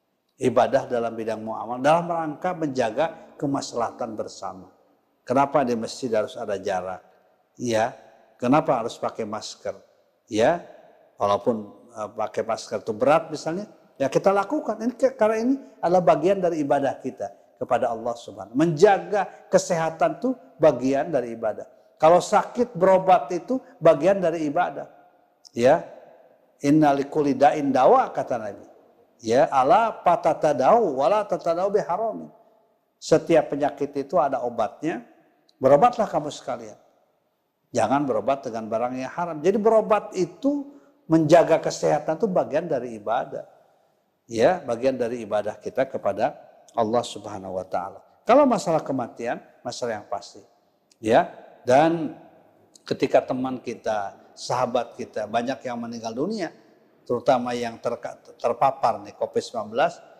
Speaker 1: Ibadah dalam bidang muamalah dalam rangka menjaga kemaslahatan bersama. Kenapa di masjid harus ada jarak? Ya, kenapa harus pakai masker? Ya, walaupun pakai masker itu berat misalnya, ya kita lakukan. Karena ini adalah bagian dari ibadah kita kepada Allah Subhanahu. Menjaga kesehatan itu bagian dari ibadah. Kalau sakit berobat itu bagian dari ibadah. Ya, inna likulli da'in dawa kata Nabi. Ya, ala patatadau wala tatadau biharamin. Setiap penyakit itu ada obatnya. Berobatlah kamu sekalian. Jangan berobat dengan barang yang haram. Jadi berobat itu menjaga kesehatan itu bagian dari ibadah. Ya, bagian dari ibadah kita kepada Allah Subhanahu wa taala. Kalau masalah kematian, masalah yang pasti. Ya, dan ketika teman kita, sahabat kita banyak yang meninggal dunia, terutama yang terpapar nih COVID-19,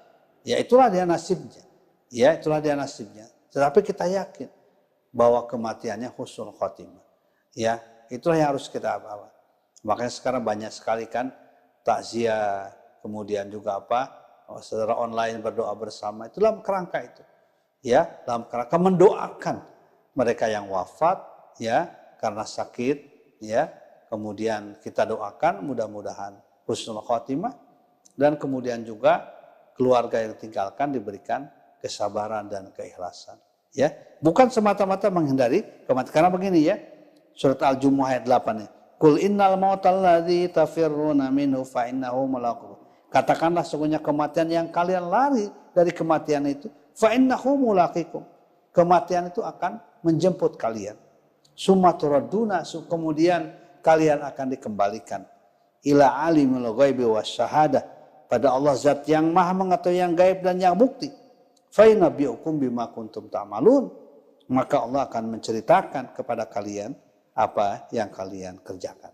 Speaker 1: ya itulah dia nasibnya. Ya, itulah dia nasibnya. Tetapi kita yakin bahwa kematiannya husnul khotimah. Ya, itulah yang harus kita bawa. Makanya sekarang banyak sekali kan takziah, kemudian juga secara online berdoa bersama. Itu dalam kerangka itu. Ya, dalam kerangka mendoakan mereka yang wafat ya karena sakit ya. Kemudian kita doakan mudah-mudahan husnul khotimah dan kemudian juga keluarga yang ditinggalkan diberikan kesabaran dan keikhlasan. Ya, bukan semata-mata menghindari kematian. Karena begini ya, surat Al-Jumu'ah ayat 8 ya. Qul innal mautal ladzi tafirruna minhu fa innahu mulaqukum. Katakanlah sesungguhnya kematian yang kalian lari dari kematian itu fa innahu mulaqikum. Kematian itu akan menjemput kalian. Summa turadduna, kemudian kalian akan dikembalikan ila alimul ghaibi wasyahadah, pada Allah zat yang maha mengetahui yang gaib dan yang bukti. Fa innabiukum bima kuntum ta'malun, maka Allah akan menceritakan kepada kalian apa yang kalian kerjakan.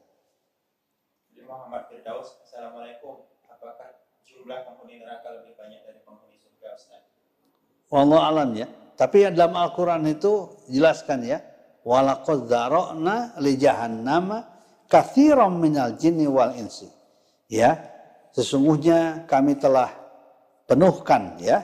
Speaker 2: Muhammad Firdaus, Assalamualaikum. Apakah jumlah penghuni neraka lebih banyak dari penghuni surga, Ustaz?
Speaker 1: Wallahu alam ya. Tapi dalam Al-Quran itu jelaskan ya. Walaqad dzara'na li jahannama katsiran minal jinni wal insi. Ya, sesungguhnya kami telah penuhkan ya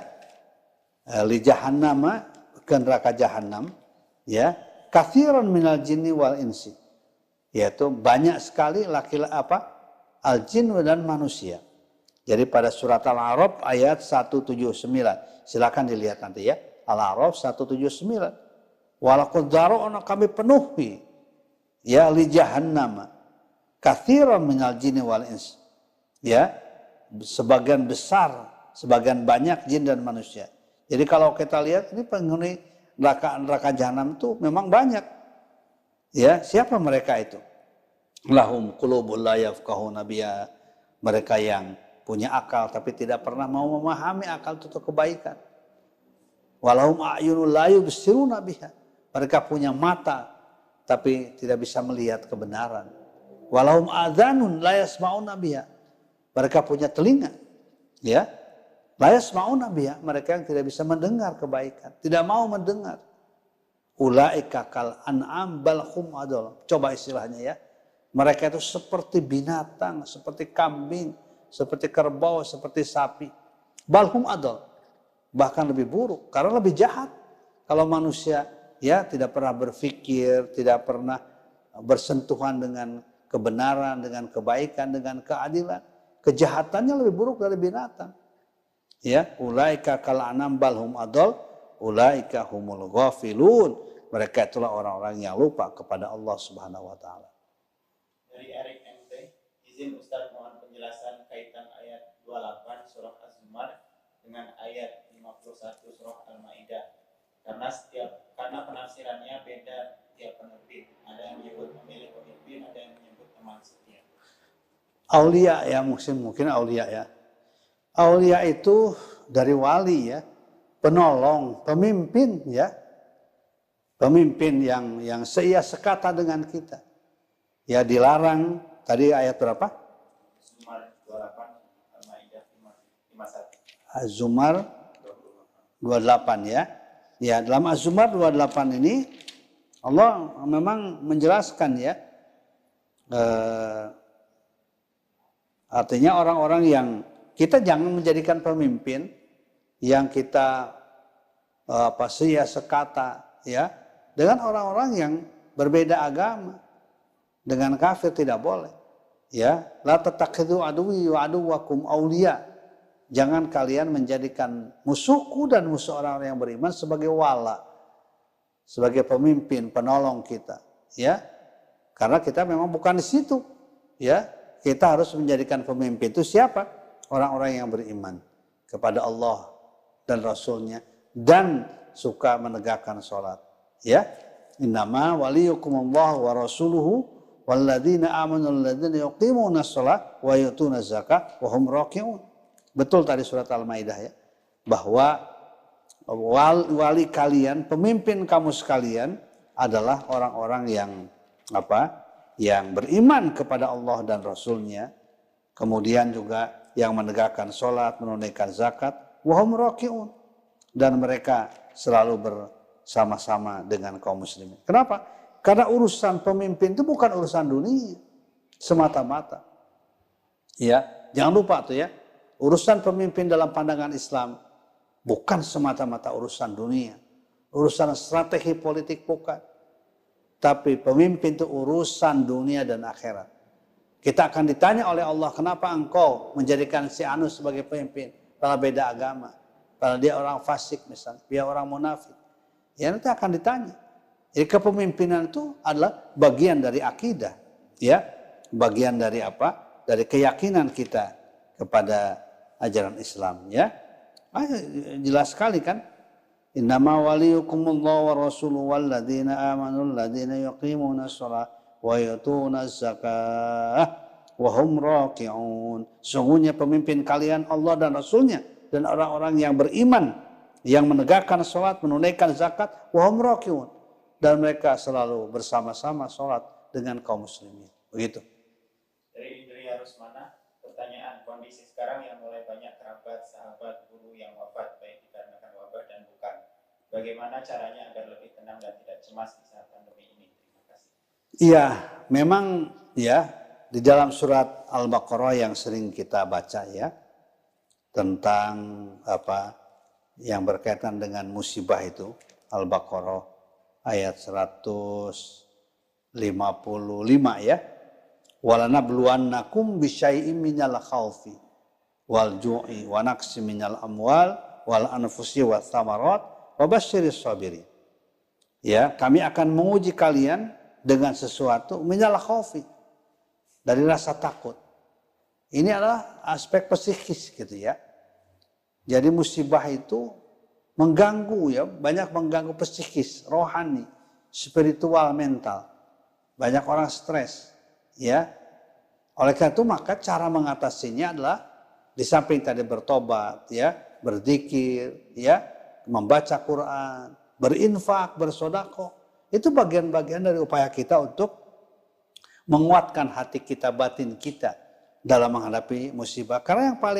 Speaker 1: li jahannama, ke neraka jahanam ya, katsiran minal jinni wal insi. Yaitu banyak sekali laki-laki al-jin dan manusia. Jadi pada surat Al-A'raf ayat 179. Silakan dilihat nanti ya. Al-A'raf 179. Walaqad dzara'na, kami penuhi ya li jahannam katsiran minal jinni wal ins. Ya, sebagian besar, sebagian banyak jin dan manusia. Jadi kalau kita lihat ini penghuni neraka jahanam itu memang banyak. Ya, siapa mereka itu? Lahum qulubul la yafqahuna biha. Mereka yang punya akal tapi tidak pernah mau memahami akal itu kebaikan. Walahum a'yunul la yubsiruna biha. Mereka punya mata tapi tidak bisa melihat kebenaran. Walahum adzanun la yasma'una biha. Mereka punya telinga ya, La yasma'una biha, mereka yang tidak bisa mendengar kebaikan, tidak mau mendengar. Ulaika kal an'am bal hum adall. Coba istilahnya ya. Mereka itu seperti binatang, seperti kambing, seperti kerbau, seperti sapi. Bal hum adall. Bahkan lebih buruk karena lebih jahat. Kalau manusia ya tidak pernah berpikir, tidak pernah bersentuhan dengan kebenaran, dengan kebaikan, dengan keadilan, kejahatannya lebih buruk dari binatang. Ya, ulaika kal anam bal hum adall, ulaika humul ghafilun. Mereka itulah orang-orang yang lupa kepada Allah Subhanahu wa taala.
Speaker 2: Dari Erik MT, izin Ustaz mohon penjelasan kaitan ayat 28 surah Az-Zumar dengan ayat 51 surah Al-Maidah. Karena penafsirannya beda tiap penerbit. Ada yang menyebut memilih pemimpin, ada yang menyebut teman setia.
Speaker 1: Aulia ya, mungkin aulia ya. Aulia itu dari wali ya, penolong, pemimpin ya. Pemimpin yang seia sekata dengan kita. Ya dilarang, tadi ayat berapa?
Speaker 2: Az-Zumar 28, Al-Maidah 51.
Speaker 1: Az-Zumar 28 ya. Ya, dalam Az-Zumar 28 ini Allah memang menjelaskan ya. Artinya orang-orang yang kita jangan menjadikan pemimpin yang kita seia sekata ya dengan orang-orang yang berbeda agama. Dengan kafir tidak boleh. Ya, la tattakhidhu aduwwi wa aduwwakum awliya. Jangan kalian menjadikan musuhku dan musuh orang-orang yang beriman sebagai wala, sebagai pemimpin, penolong kita, ya. Karena kita memang bukan di situ, ya. Kita harus menjadikan pemimpin itu siapa? Orang-orang yang beriman kepada Allah dan Rasul-Nya dan suka menegakkan sholat, ya. Innama waliyukumullah wa rasuluhu walladzina amanu alladzina yuqimuna shalah wa yutuna zakah wa hum raki'un. Betul tadi surat Al-Maidah ya, bahwa wali kalian, pemimpin kamu sekalian adalah orang-orang yang yang beriman kepada Allah dan Rasul-Nya, kemudian juga yang menegakkan sholat, menunaikan zakat, wa hum raki'un, dan mereka selalu bersama-sama dengan kaum muslimin. Kenapa? Karena urusan pemimpin itu bukan urusan dunia semata-mata. Ya, jangan lupa tuh ya. Urusan pemimpin dalam pandangan Islam bukan semata-mata urusan dunia. Urusan strategi politik bukan. Tapi pemimpin itu urusan dunia dan akhirat. Kita akan ditanya oleh Allah, kenapa engkau menjadikan si Anu sebagai pemimpin? Padahal beda agama. Padahal dia orang fasik misalnya, dia orang munafik. Ya nanti akan ditanya. Jadi kepemimpinan itu adalah bagian dari akidah, ya, bagian dari apa? Dari keyakinan kita kepada ajaran Islam, ya. Jelas sekali kan? Innama waliyukumullah wa rasuluhu walladzina amanu alladzina yuqimuna shalah wa yutuna zakah wa hum raki'un. Sungguhnya pemimpin kalian Allah dan Rasul-Nya dan orang-orang yang beriman yang menegakkan salat, menunaikan zakat, wa hum raki'un. Dan mereka selalu bersama-sama sholat dengan kaum muslimin. Begitu.
Speaker 2: Dari Indria Rusmana, pertanyaan, kondisi sekarang yang mulai banyak kerabat, sahabat, guru yang wafat, baik dikarenakan wabah dan bukan. Bagaimana caranya agar lebih tenang dan tidak cemas di saat pandemi ini? Terima kasih.
Speaker 1: Iya, memang ya di dalam surat Al-Baqarah yang sering kita baca ya, tentang apa yang berkaitan dengan musibah itu, Al-Baqarah ayat 155 ya. Walanabluwannakum bisyai'im minal khaufi wal ju'i wa naqsi minal amwal wal anfusi wath thamarat wa basyiris sabirin. Ya, kami akan menguji kalian dengan sesuatu minal khaufi, dari rasa takut. Ini adalah aspek psikis gitu ya. Jadi musibah itu mengganggu ya, banyak mengganggu psikis, rohani, spiritual, mental. Banyak orang stres, ya. Oleh karena itu maka cara mengatasinya adalah di samping tadi bertobat, ya, berzikir, ya, membaca Quran, berinfak, bersedekah. Itu bagian-bagian dari upaya kita untuk menguatkan hati kita, batin kita dalam menghadapi musibah. Karena yang paling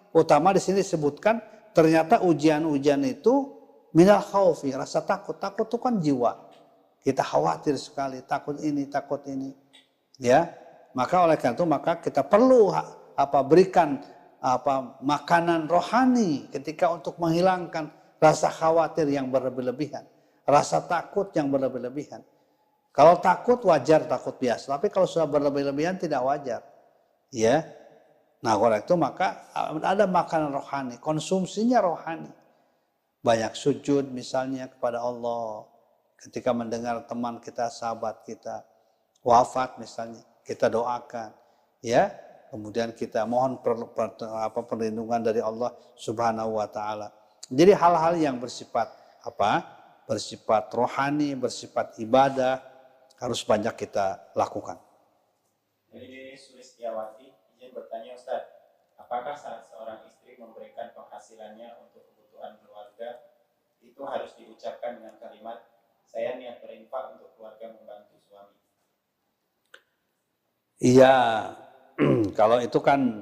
Speaker 1: utama di sini disebutkan ternyata ujian-ujian itu minal khaufi, rasa takut. Takut itu kan jiwa. Kita khawatir sekali, takut ini, takut ini. Ya. Maka oleh karena itu maka kita perlu berikan makanan rohani ketika untuk menghilangkan rasa khawatir yang berlebih-lebihan, rasa takut yang berlebih-lebihan. Kalau takut wajar, takut biasa, tapi kalau sudah berlebih-lebihan tidak wajar. Ya. Nah, oleh itu maka ada makanan rohani, konsumsinya rohani. Banyak sujud misalnya kepada Allah ketika mendengar teman kita, sahabat kita wafat misalnya, kita doakan, ya. Kemudian kita mohon perlindungan dari Allah Subhanahu wa taala. Jadi hal-hal yang bersifat bersifat rohani, bersifat ibadah harus banyak kita lakukan.
Speaker 2: Jadi Sulistiawati izin bertanya Ustaz, apakah saat seorang istri memberikan penghasilannya untuk kebutuhan keluarga itu harus diucapkan dengan kalimat saya niat berinfak untuk keluarga membantu suami?
Speaker 1: Iya, kalau itu kan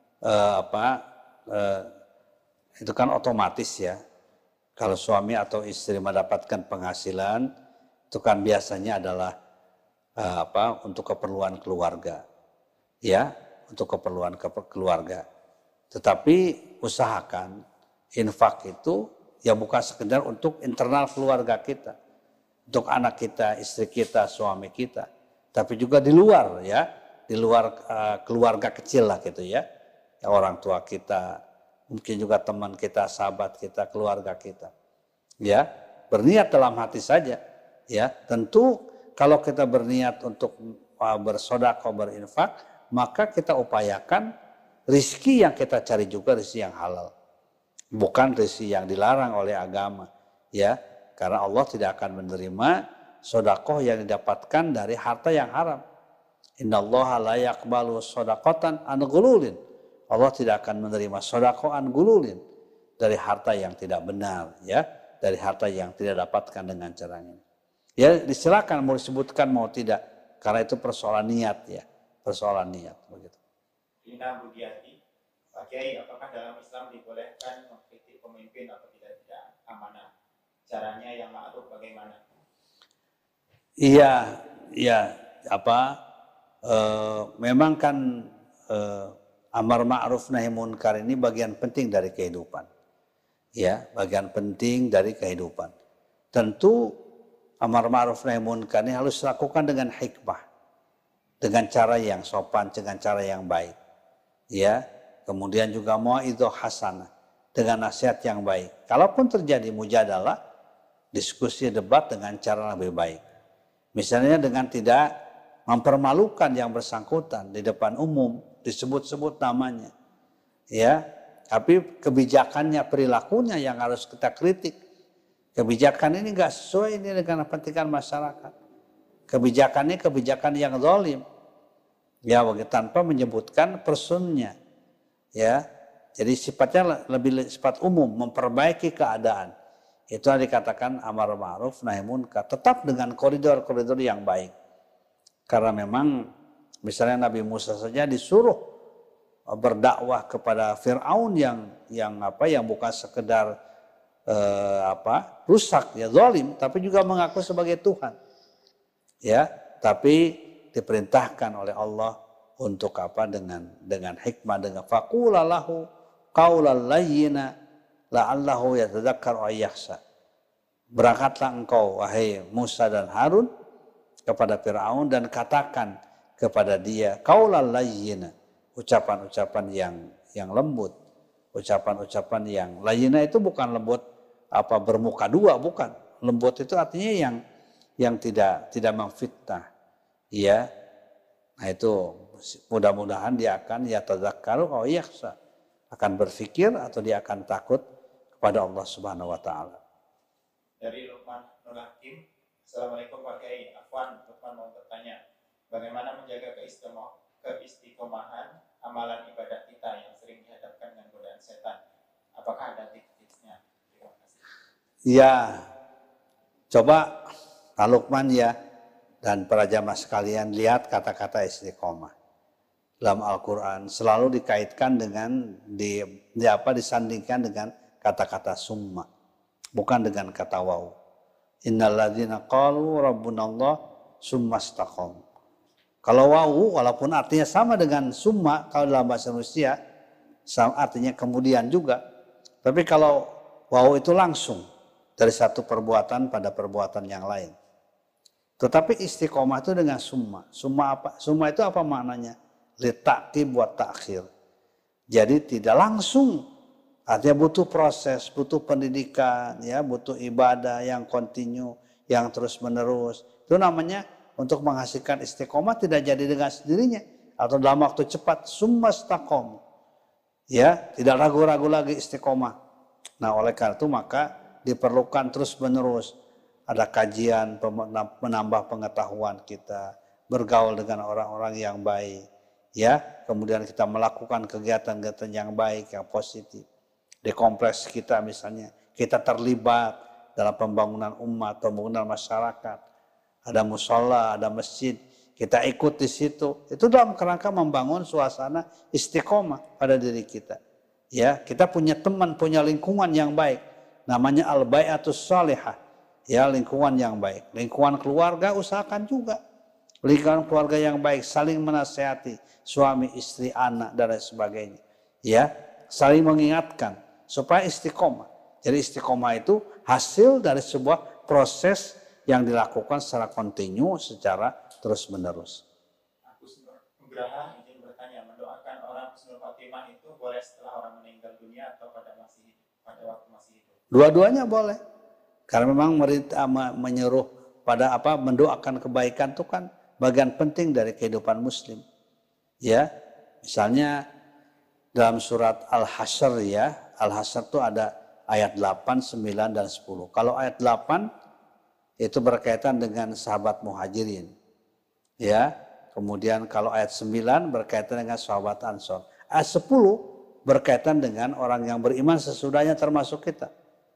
Speaker 1: itu kan otomatis ya. Kalau suami atau istri mendapatkan penghasilan itu kan biasanya adalah untuk keperluan keluarga, ya, untuk keperluan keluarga. Tetapi usahakan infak itu ya bukan sekedar untuk internal keluarga kita, untuk anak kita, istri kita, suami kita, tapi juga di luar ya, di luar keluarga kecil lah gitu ya, orang tua kita, mungkin juga teman kita, sahabat kita, keluarga kita, ya, berniat dalam hati saja, ya. Tentu kalau kita berniat untuk bersedekah, berinfak, maka kita upayakan rezeki yang kita cari juga rezeki yang halal, bukan rezeki yang dilarang oleh agama, ya. Karena Allah tidak akan menerima sedekah yang didapatkan dari harta yang haram. Innallaha la yaqbalu shadaqatan an ghululin. Allah tidak akan menerima sedekah an ghululin, dari harta yang tidak benar, ya, dari harta yang tidak dapatkan dengan caranya. Ya, disilakan mau disebutkan mau tidak, karena itu persoalan niat ya, persoalan niat begitu.
Speaker 2: Lina Budiati, Pak Kiai, apakah dalam Islam dibolehkan mengkritik pemimpin atau tidak amanah? Caranya yang ma'ruf bagaimana?
Speaker 1: Iya, memang kan amar ma'ruf nahi munkar ini bagian penting dari kehidupan. Ya, bagian penting dari kehidupan. Tentu amar ma'ruf nahi munkar ini harus dilakukan dengan hikmah, dengan cara yang sopan, dengan cara yang baik. Ya, kemudian juga mau'izah hasanah, dengan nasihat yang baik. Kalaupun terjadi mujadalah, diskusi debat dengan cara lebih baik. Misalnya dengan tidak mempermalukan yang bersangkutan di depan umum, disebut-sebut namanya. Ya, tapi kebijakannya, perilakunya yang harus kita kritik. Kebijakan ini enggak sesuai ini dengan kepentingan masyarakat. Kebijakannya kebijakan yang zalim. Ya, tanpa menyebutkan personnya. Ya. Jadi sifatnya lebih sifat umum, memperbaiki keadaan. Itu yang dikatakan amar ma'ruf nahi munkar, tetap dengan koridor-koridor yang baik. Karena memang misalnya Nabi Musa saja disuruh berdakwah kepada Firaun yang bukan sekedar rusak ya, zalim, tapi juga mengaku sebagai Tuhan. Ya, tapi diperintahkan oleh Allah untuk dengan hikmah, dengan faqula lahu qaulan layyina la'allahu yatadzakkar aw yakhsha. Berangkatlah engkau wahai Musa dan Harun kepada Firaun dan katakan kepada dia qaulal layyina, ucapan-ucapan yang lembut, ucapan-ucapan yang layyina itu bukan lembut bermuka dua, bukan. Lembut itu artinya yang tidak memfitnah. Ya. Nah itu mudah-mudahan dia akan yatadzakkaru aw yakhsha, akan berpikir atau dia akan takut kepada Allah Subhanahu wa taala.
Speaker 2: Dari Lukman Nur Hakim, Assalamualaikum Pak Kiai. Lukman mau bertanya, bagaimana menjaga keistiqomahan amalan ibadah kita yang sering dihadapkan dengan godaan setan? Apakah ada tips-tipsnya? Terima kasih.
Speaker 1: Ya, coba Pak Lukman ya dan para jamaah sekalian lihat kata-kata istiqomah. dalam Al-Quran selalu dikaitkan dengan disandingkan dengan kata-kata summa, bukan dengan kata waw. Innalladzina qalu rabbunallah summa istaqamu. Kalau wawu walaupun artinya sama dengan summa kalau dalam bahasa Indonesia artinya kemudian juga. Tapi kalau wawu itu langsung dari satu perbuatan pada perbuatan yang lain. Tetapi istiqomah itu dengan summa. Summa apa? Summa itu apa maknanya? Litaqib buat takhir. Jadi tidak langsung. Artinya butuh proses, butuh pendidikan, ya, butuh ibadah yang kontinu, yang terus menerus. Itu namanya untuk menghasilkan istiqomah tidak jadi dengan sendirinya atau dalam waktu cepat. Summa istaqom. Ya, tidak ragu-ragu lagi istiqomah. Nah, oleh karena itu maka diperlukan terus menerus ada kajian menambah pengetahuan kita, bergaul dengan orang-orang yang baik, ya, kemudian kita melakukan kegiatan-kegiatan yang baik, yang positif. Di kompleks kita misalnya, kita terlibat dalam pembangunan umat, pembangunan masyarakat. Ada musola, ada masjid, kita ikut di situ. Itu dalam kerangka membangun suasana istiqomah pada diri kita. Ya, kita punya teman, punya lingkungan yang baik. Namanya al-bai'atus salihah. Ya, lingkungan yang baik. Lingkungan keluarga usahakan juga. Lingkungan keluarga yang baik, saling menasihati suami, istri, anak dan lain sebagainya. Ya, saling mengingatkan supaya istiqomah. Jadi istiqomah itu hasil dari sebuah proses yang dilakukan secara kontinu, secara terus-menerus.
Speaker 2: Agus Nugraha izin bertanya, mendoakan orang husnul khotimah itu boleh setelah orang meninggal dunia atau pada waktu masih hidup?
Speaker 1: Dua-duanya boleh. Karena memang menyuruh pada mendoakan kebaikan itu kan bagian penting dari kehidupan muslim. Ya, misalnya dalam surat Al-Hasyr ya, Al-Hasyr itu ada ayat 8, 9 dan 10. Kalau ayat 8 itu berkaitan dengan sahabat muhajirin. Ya, kemudian kalau ayat 9 berkaitan dengan sahabat ansor. Ayat 10 berkaitan dengan orang yang beriman sesudahnya termasuk kita.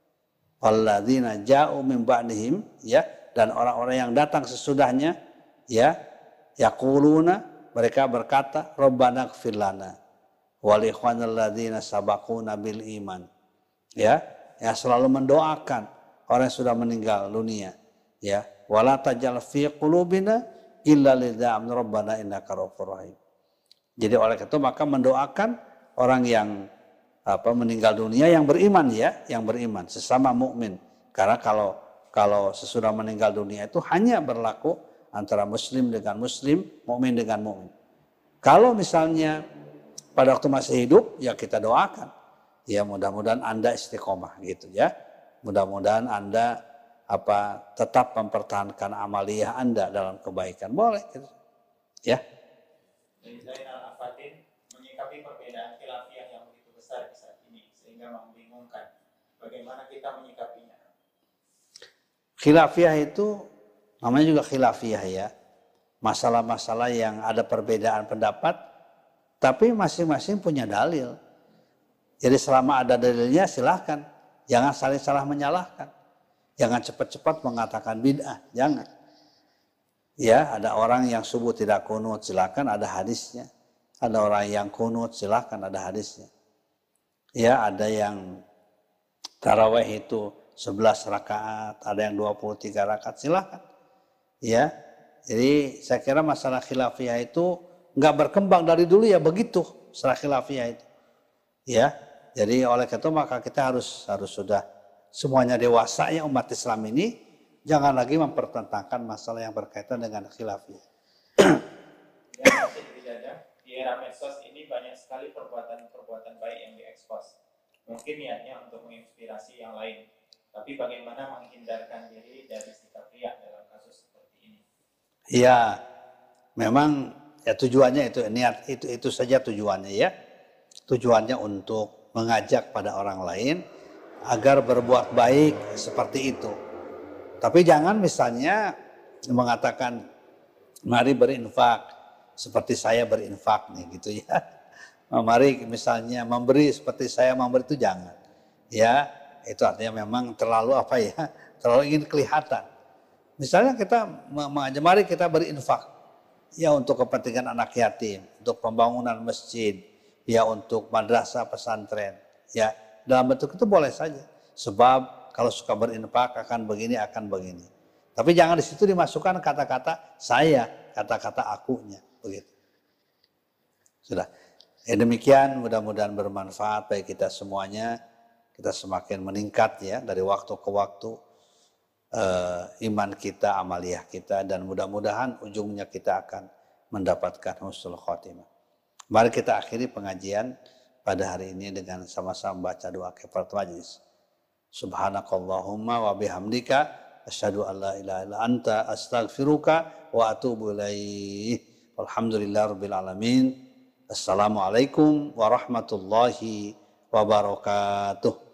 Speaker 1: Walladzina ja'u min ba'dihim, ya, dan orang-orang yang datang sesudahnya, ya, yaquluna, mereka berkata, Rabbana ighfir lana wal ikhwanal ladzina sabaquna bil iman. Ya, selalu mendoakan orang yang sudah meninggal dunia. Ya, wala tajal fi qulubina illa lidzam rabbana innaka ghafurur rahim. Jadi oleh itu maka mendoakan orang yang meninggal dunia yang beriman, ya, yang beriman sesama mukmin. Karena kalau sesudah meninggal dunia itu hanya berlaku antara muslim dengan muslim, mukmin dengan mukmin. Kalau misalnya pada waktu masih hidup, ya kita doakan. Ya, mudah-mudahan Anda istiqomah gitu ya. Mudah-mudahan Anda tetap mempertahankan amaliyah Anda dalam kebaikan. Boleh gitu. Ya.
Speaker 2: Zainal Afatin menyikapi perbedaan khilafiyah yang begitu besar di saat ini sehingga membingungkan. Bagaimana kita menyikapinya?
Speaker 1: Khilafiyah itu namanya juga khilafiyah ya. Masalah-masalah yang ada perbedaan pendapat tapi masing-masing punya dalil. Jadi selama ada dalilnya silahkan. Jangan saling salah menyalahkan. Jangan cepat-cepat mengatakan bid'ah, jangan. Ya, ada orang yang subuh tidak kunut, silakan ada hadisnya. Ada orang yang kunut, silakan ada hadisnya. Ya, ada yang tarawih itu 11 rakaat, ada yang 23 rakaat, silakan. Ya, jadi saya kira masalah khilafiyah itu nggak berkembang dari dulu ya begitu, masalah khilafiyah itu. Ya, jadi oleh itu maka kita harus sudah semuanya dewasa ya umat Islam ini, jangan lagi mempertentangkan masalah yang berkaitan dengan khilafiyah.
Speaker 2: Di era medsos ini banyak sekali perbuatan-perbuatan baik yang diekspos. Mungkin niatnya untuk menginspirasi yang lain. Tapi bagaimana menghindarkan diri dari sikap riya dalam kasus seperti ini?
Speaker 1: Ya, memang ya tujuannya itu, niat itu saja tujuannya ya. Tujuannya untuk mengajak pada orang lain agar berbuat baik seperti itu. Tapi jangan misalnya mengatakan mari berinfak seperti saya berinfak nih gitu ya. Mari misalnya memberi seperti saya memberi, itu jangan. Ya, itu artinya memang terlalu terlalu ingin kelihatan. Misalnya kita mari kita berinfak. ya untuk kepentingan anak yatim, untuk pembangunan masjid, ya untuk madrasah pesantren, ya dalam bentuk itu boleh saja. Sebab kalau suka berinfak akan begini, akan begini. Tapi jangan di situ dimasukkan kata-kata saya, kata-kata akunya, begitu. Sudah. Demikian mudah-mudahan bermanfaat bagi kita semuanya. Kita semakin meningkat ya dari waktu ke waktu iman kita, amaliyah kita, dan mudah-mudahan ujungnya kita akan mendapatkan husnul khotimah. Mari kita akhiri pengajian pada hari ini dengan sama-sama baca doa kifaratul majlis. Subhanakallahumma wa bihamdika asyhadu an la ilaha illa anta astaghfiruka wa atubu ilaik. Alhamdulillahirabbil alamin. Assalamualaikum warahmatullahi wabarakatuh.